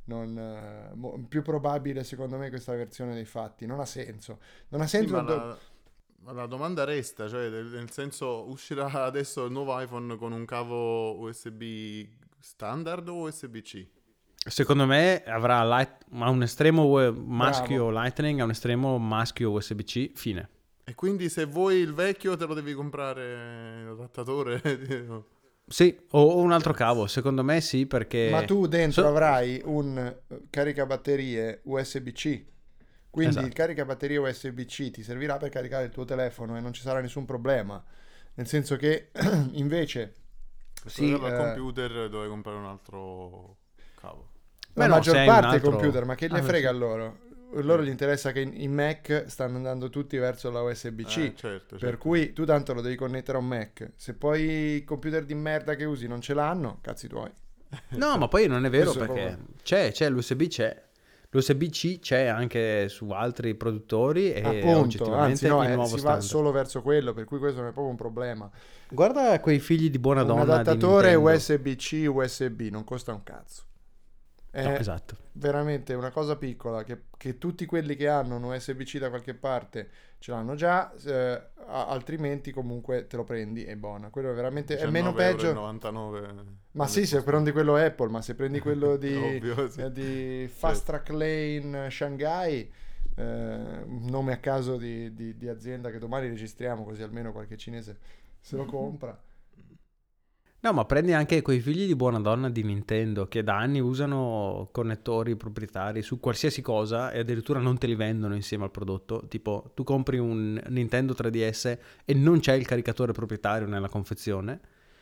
Più probabile, secondo me, questa versione dei fatti. Non ha senso. Non ha Sì, senso. ma la domanda resta, cioè nel senso uscirà adesso il nuovo iPhone con un cavo USB standard o USB-C? Secondo me avrà a un estremo maschio Lightning, a un estremo maschio USB-C, fine. E quindi se vuoi il vecchio te lo devi comprare l'adattatore? Sì, o un altro cavo, secondo me sì, perché... Ma tu dentro avrai un caricabatterie USB-C. Quindi Esatto. il caricabatterie USB-C ti servirà per caricare il tuo telefono e non ci sarà nessun problema. Nel senso che invece Sì, al eh, computer dove comprare un altro cavo. la no, maggior se hai parte un dei altro- computer, ma che ne Ah, frega a sì. loro? Loro gli interessa che i Mac stanno andando tutti verso la USB-C. Certo, Per cui tu tanto lo devi connettere a un Mac. Se poi i computer di merda che usi non ce l'hanno, cazzi tuoi. No, ma poi non è vero Questo è perché proprio- c'è l'USB, c'è. L'USB-C c'è anche su altri produttori e Appunto, oggettivamente anzi no, il nuovo si va standard. solo verso quello, per cui questo non è proprio un problema. Guarda quei figli di buona Un donna di adattatore Nintendo. USB-C, USB, non costa un cazzo. È No, esatto. veramente una cosa piccola che tutti quelli che hanno un USB-C da qualche parte ce l'hanno già, altrimenti comunque te lo prendi, è buona. Quello è veramente è meno peggio. 99. Ma sì, se prendi quello Apple, ma se prendi quello di, Ovvio, sì. di Fast Track Lane Shanghai, un nome a caso di azienda che domani registriamo, così almeno qualche cinese se lo compra. No, ma prendi anche quei figli di buona donna di Nintendo che da anni usano connettori proprietari su qualsiasi cosa e addirittura non te li vendono insieme al prodotto. Tipo, tu compri un Nintendo 3DS e non c'è il caricatore proprietario nella confezione.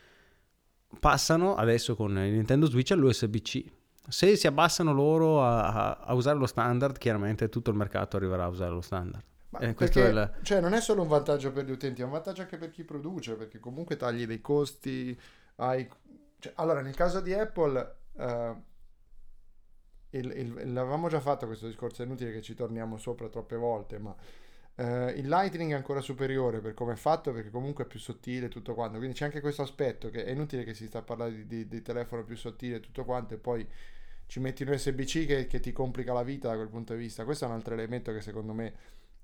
Passano adesso con il Nintendo Switch all'USB-C. Se si abbassano loro a usare lo standard, chiaramente tutto il mercato arriverà a usare lo standard. Ma Questo perché, è il... cioè, non è solo un vantaggio per gli utenti, è un vantaggio anche per chi produce, perché comunque tagli dei costi. Allora, nel caso di Apple, l'avevamo già fatto questo discorso, è inutile che ci torniamo sopra troppe volte, ma il Lightning è ancora superiore per come è fatto, perché comunque è più sottile tutto quanto, quindi c'è anche questo aspetto che è inutile che si sta a parlare di telefono più sottile e tutto quanto e poi ci metti un USB-C che ti complica la vita da quel punto di vista. Questo è un altro elemento che secondo me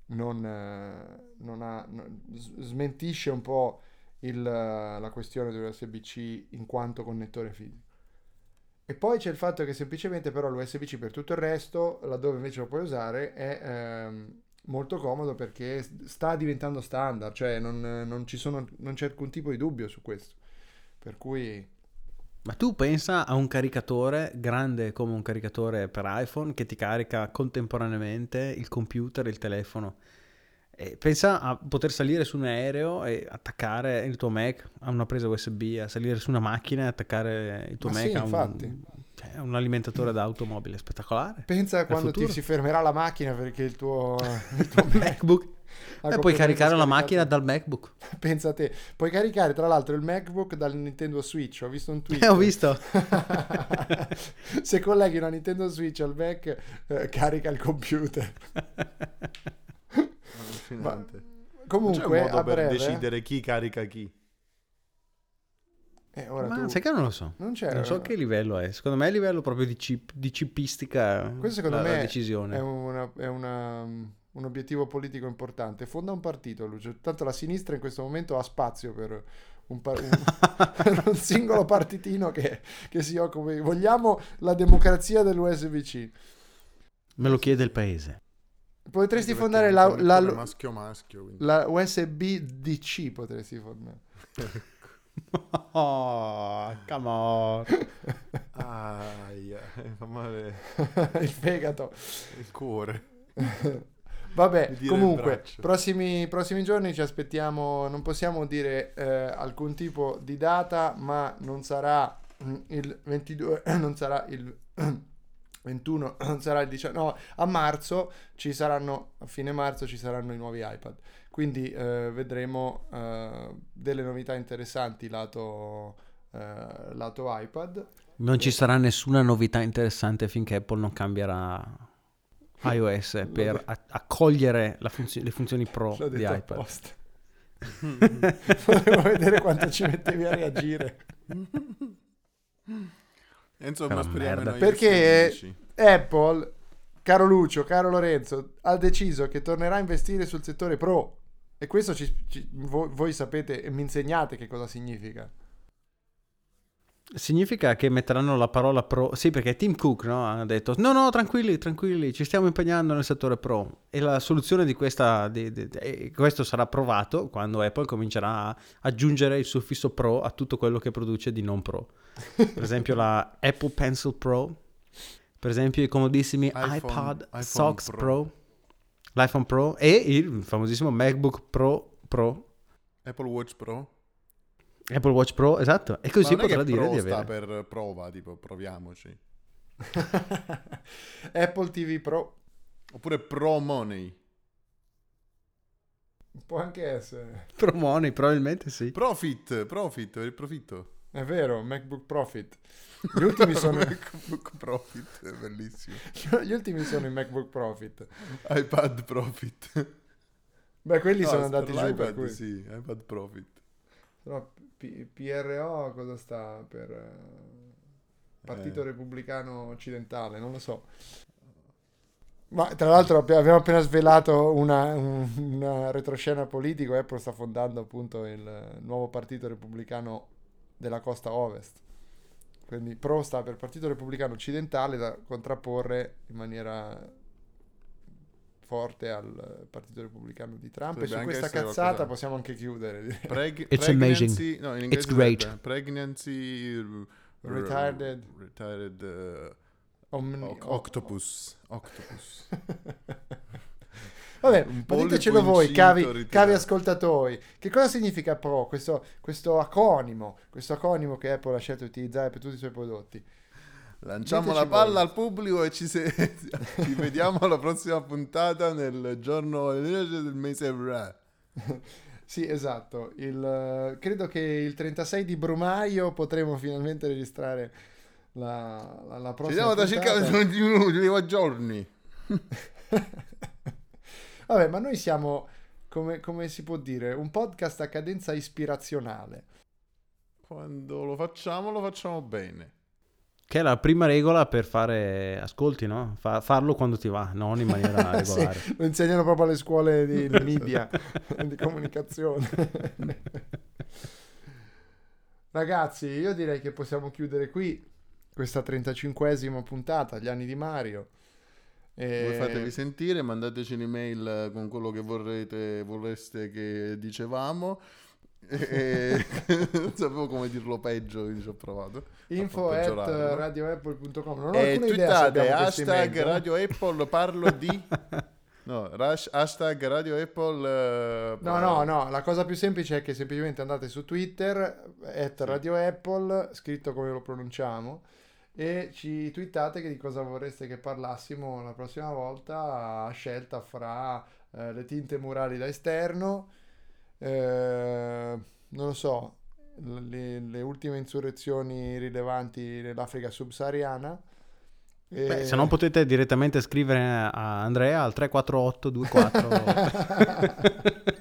smentisce un po' la questione dell'USB-C in quanto connettore fisico. E poi c'è il fatto che semplicemente però l'USB-C per tutto il resto, laddove invece lo puoi usare, è molto comodo perché sta diventando standard, cioè non c'è alcun tipo di dubbio su questo. Per cui... Ma tu pensa a un caricatore grande come un caricatore per iPhone che ti carica contemporaneamente il computer e il telefono. E pensa a poter salire su un aereo e attaccare il tuo Mac a una presa USB, a salire su una macchina e attaccare il tuo Ma Mac sì, a infatti. un alimentatore d'automobile. Spettacolare. Pensa a quando ti futuro. si fermerà la macchina perché il tuo MacBook. E puoi caricare la macchina dal MacBook. Pensa a te, puoi caricare tra l'altro il MacBook dal Nintendo Switch. Ho visto un tweet. Ho visto. Se colleghi una Nintendo Switch al Mac, carica il computer. Allucinante. C'è un Comunque, modo a per breve, decidere chi carica chi. ora Ma tu... sai che non lo so. Non c'è. Non so che livello è. Secondo me è a livello proprio di cipistica. Questo secondo la me decisione. è un obiettivo politico importante. Fonda un partito, Lucio. Tanto la sinistra in questo momento ha spazio per per un singolo partitino che si occupi. Vogliamo la democrazia dell'USB-C. Me lo chiede il paese. Potresti Anche fondare perché è un connettore la maschio. Quindi. la USB-DC, potresti fondare. Oh, come on. Fa male Il fegato. il cuore. Vabbè, Mi dire il comunque, braccio. prossimi giorni ci aspettiamo, non possiamo dire alcun tipo di data, ma non sarà il 22 non sarà il 21, non sarà il 19, a marzo a fine marzo ci saranno i nuovi iPad, quindi vedremo delle novità interessanti lato iPad. Non ci sarà nessuna novità interessante finché Apple non cambierà iOS per accogliere le funzioni Pro L'ho di detto iPad. apposta. Volevo vedere quanto ci mettevi a reagire. Insomma, Però speriamo merda. noi Perché che Apple, caro Lucio, caro Lorenzo, ha deciso che tornerà a investire sul settore Pro. E questo voi sapete e mi insegnate che cosa significa. Significa che metteranno la parola Pro. Sì, perché Tim Cook, no, ha detto no, tranquilli, ci stiamo impegnando nel settore Pro. E la soluzione di questo sarà provato quando Apple comincerà a aggiungere il suffisso Pro a tutto quello che produce di non Pro. Per esempio la Apple Pencil Pro, per esempio i comodissimi iPod iPhone Socks Pro. Pro, l'iPhone Pro e il famosissimo MacBook Pro, Apple Watch Pro. Apple Watch Pro, esatto. E così Ma non è potrà che dire Pro di sta avere. per prova, tipo proviamoci. Apple TV Pro Oppure Pro Money. può anche essere. Pro Money, probabilmente sì. Profit, per il profitto. È vero, MacBook Profit. Gli ultimi sono MacBook Profit, è bellissimo. gli ultimi sono i MacBook Profit. iPad Profit. Beh, quelli No, sono andati per giù per l'iPad, cui. sì, iPad Profit. No, PRO cosa sta per Partito Repubblicano Occidentale, non lo so. Ma tra l'altro abbiamo appena svelato una retroscena politico. Apple sta fondando appunto il nuovo Partito Repubblicano della costa ovest. Quindi Pro sta per Partito Repubblicano Occidentale, da contrapporre in maniera forte al Partito Repubblicano di Trump. Potrebbe E su anche questa essere cazzata qualcosa. possiamo anche chiudere. direi. It's Pregnancy, amazing. no, in inglese It's great. sarebbe Pregnancy Retarded. Octopus. Vabbè, Un ma polipo ditecelo voi, incinto cavi ritirato. ascoltatori, che cosa significa Pro, questo acronimo che Apple ha scelto di utilizzare per tutti i suoi prodotti? Lanciamo Diteci la palla voi. al pubblico e ci vediamo alla prossima puntata nel giorno del mese avrà. Sì, esatto. Credo che il 36 di Brumaio potremo finalmente registrare la Ci prossima vediamo da puntata. circa 20 minuti, giorni. Vabbè, ma noi siamo, come si può dire, un podcast a cadenza ispirazionale. Quando lo facciamo bene. Che è la prima regola per fare ascolti, no? Farlo quando ti va, non in maniera Sì, regolare. lo insegnano proprio alle scuole di media, di comunicazione. Ragazzi, io direi che possiamo chiudere qui questa 35esima puntata, gli anni di Mario. Voi fatevi sentire, mandateci un'email con quello che vorreste che dicevamo. E non sapevo come dirlo peggio, quindi ci ho provato. info@radioapple.com. Non ho E alcuna idea se twittate abbiamo queste hashtag email, Radio Apple parlo di no, hashtag Radio Apple No, la cosa più semplice è che semplicemente andate su Twitter @radioapple, scritto come lo pronunciamo, e ci twittate che di cosa vorreste che parlassimo la prossima volta, a scelta fra le tinte murali da esterno, non lo so, le ultime insurrezioni rilevanti nell'Africa subsahariana. Beh, se no potete direttamente scrivere a Andrea al 348 24.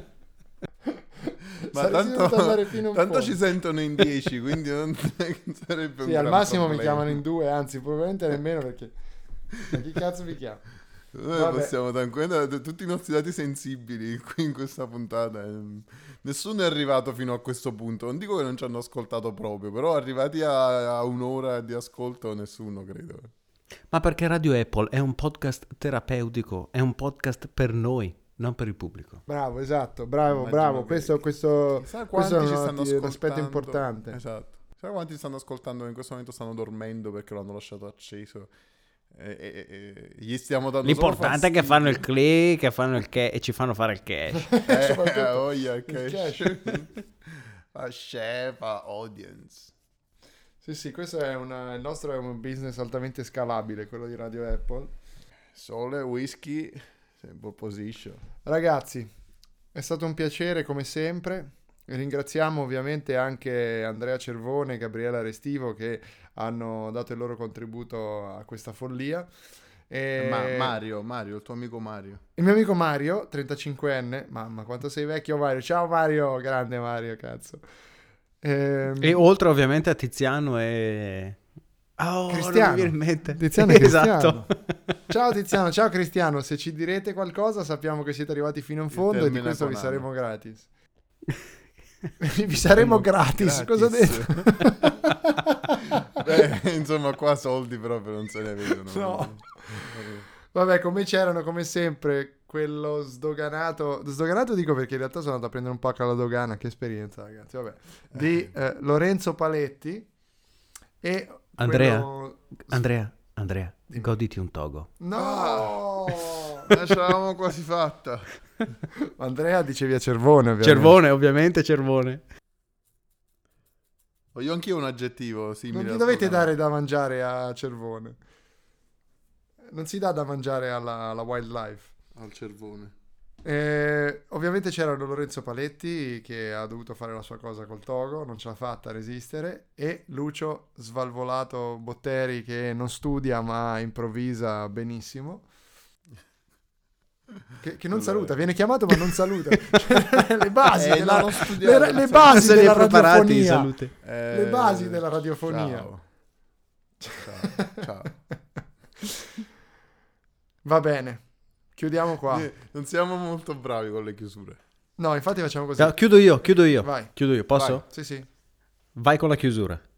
Ma Saresti dovuto andare fino in tanto fondo. ci sentono in 10, quindi non sarebbe un Sì, al gran massimo mi problema. chiamano in 2, anzi probabilmente nemmeno, perché ma chi cazzo mi chiama? Noi Vabbè. possiamo tranquillamente tutti i nostri dati sensibili qui in questa puntata. Nessuno è arrivato fino a questo punto. Non dico che non ci hanno ascoltato proprio, però arrivati a un'ora di ascolto nessuno, credo. Ma perché Radio Apple è un podcast terapeutico, è un podcast per noi, non per il pubblico. Bravo, esatto, bravo. Immagino che- questo Chissà questo quanti è ci stanno un aspetto ascoltando. importante. Esatto. Chissà quanti stanno ascoltando e in questo momento stanno dormendo perché l'hanno lasciato acceso. E gli stiamo dando L'importante è che fanno il click, che fanno il cash e ci fanno fare il cash. oh yeah, il cash. A chef, a audience. Sì, questo è il nostro è un business altamente scalabile, quello di Radio Apple. Sole, whisky, pole position. Ragazzi, è stato un piacere come sempre. Ringraziamo ovviamente anche Andrea Cervone e Gabriela Restivo che hanno dato il loro contributo a questa follia. E Mario, il tuo amico Mario. il mio amico Mario, 35enne. Mamma, quanto sei vecchio Mario. Ciao Mario, grande Mario, cazzo. E oltre ovviamente a Tiziano e... Oh, Cristiano. non mi viene in mente. Tiziano e Esatto. Ciao Tiziano, ciao Cristiano. Se ci direte qualcosa sappiamo che siete arrivati fino in fondo e di questo vi saremo gratis. Vi saremo gratis. Cosa ho detto? Beh, insomma, qua soldi proprio non se ne vedono. No. Vabbè, come c'erano come sempre quello sdoganato dico perché in realtà sono andato a prendere un pacco alla dogana, che esperienza ragazzi, vabbè, di Lorenzo Paletti e Andrea, quello... Andrea, goditi un togo. No! La ce l'avevamo quasi fatta. Andrea dicevi a Cervone ovviamente. Cervone, ovviamente Cervone. Voglio anch'io un aggettivo simile. Non gli al dovete tuo dare da mangiare a Cervone. Non si dà da mangiare alla wildlife. al cervone. Ovviamente c'erano Lorenzo Paletti che ha dovuto fare la sua cosa col togo, non ce l'ha fatta a resistere, e Lucio Svalvolato Botteri che non studia ma improvvisa benissimo. Che non saluta, viene chiamato ma non saluta. Cioè, le basi della, non ho studiato, le basi Se li della è preparati, radiofonia. salute. Le basi della radiofonia. Ciao. Va bene, chiudiamo qua. Non siamo molto bravi con le chiusure. No, infatti facciamo così. No, chiudo io. Vai. Chiudo io, posso? Vai. Sì. Vai con la chiusura.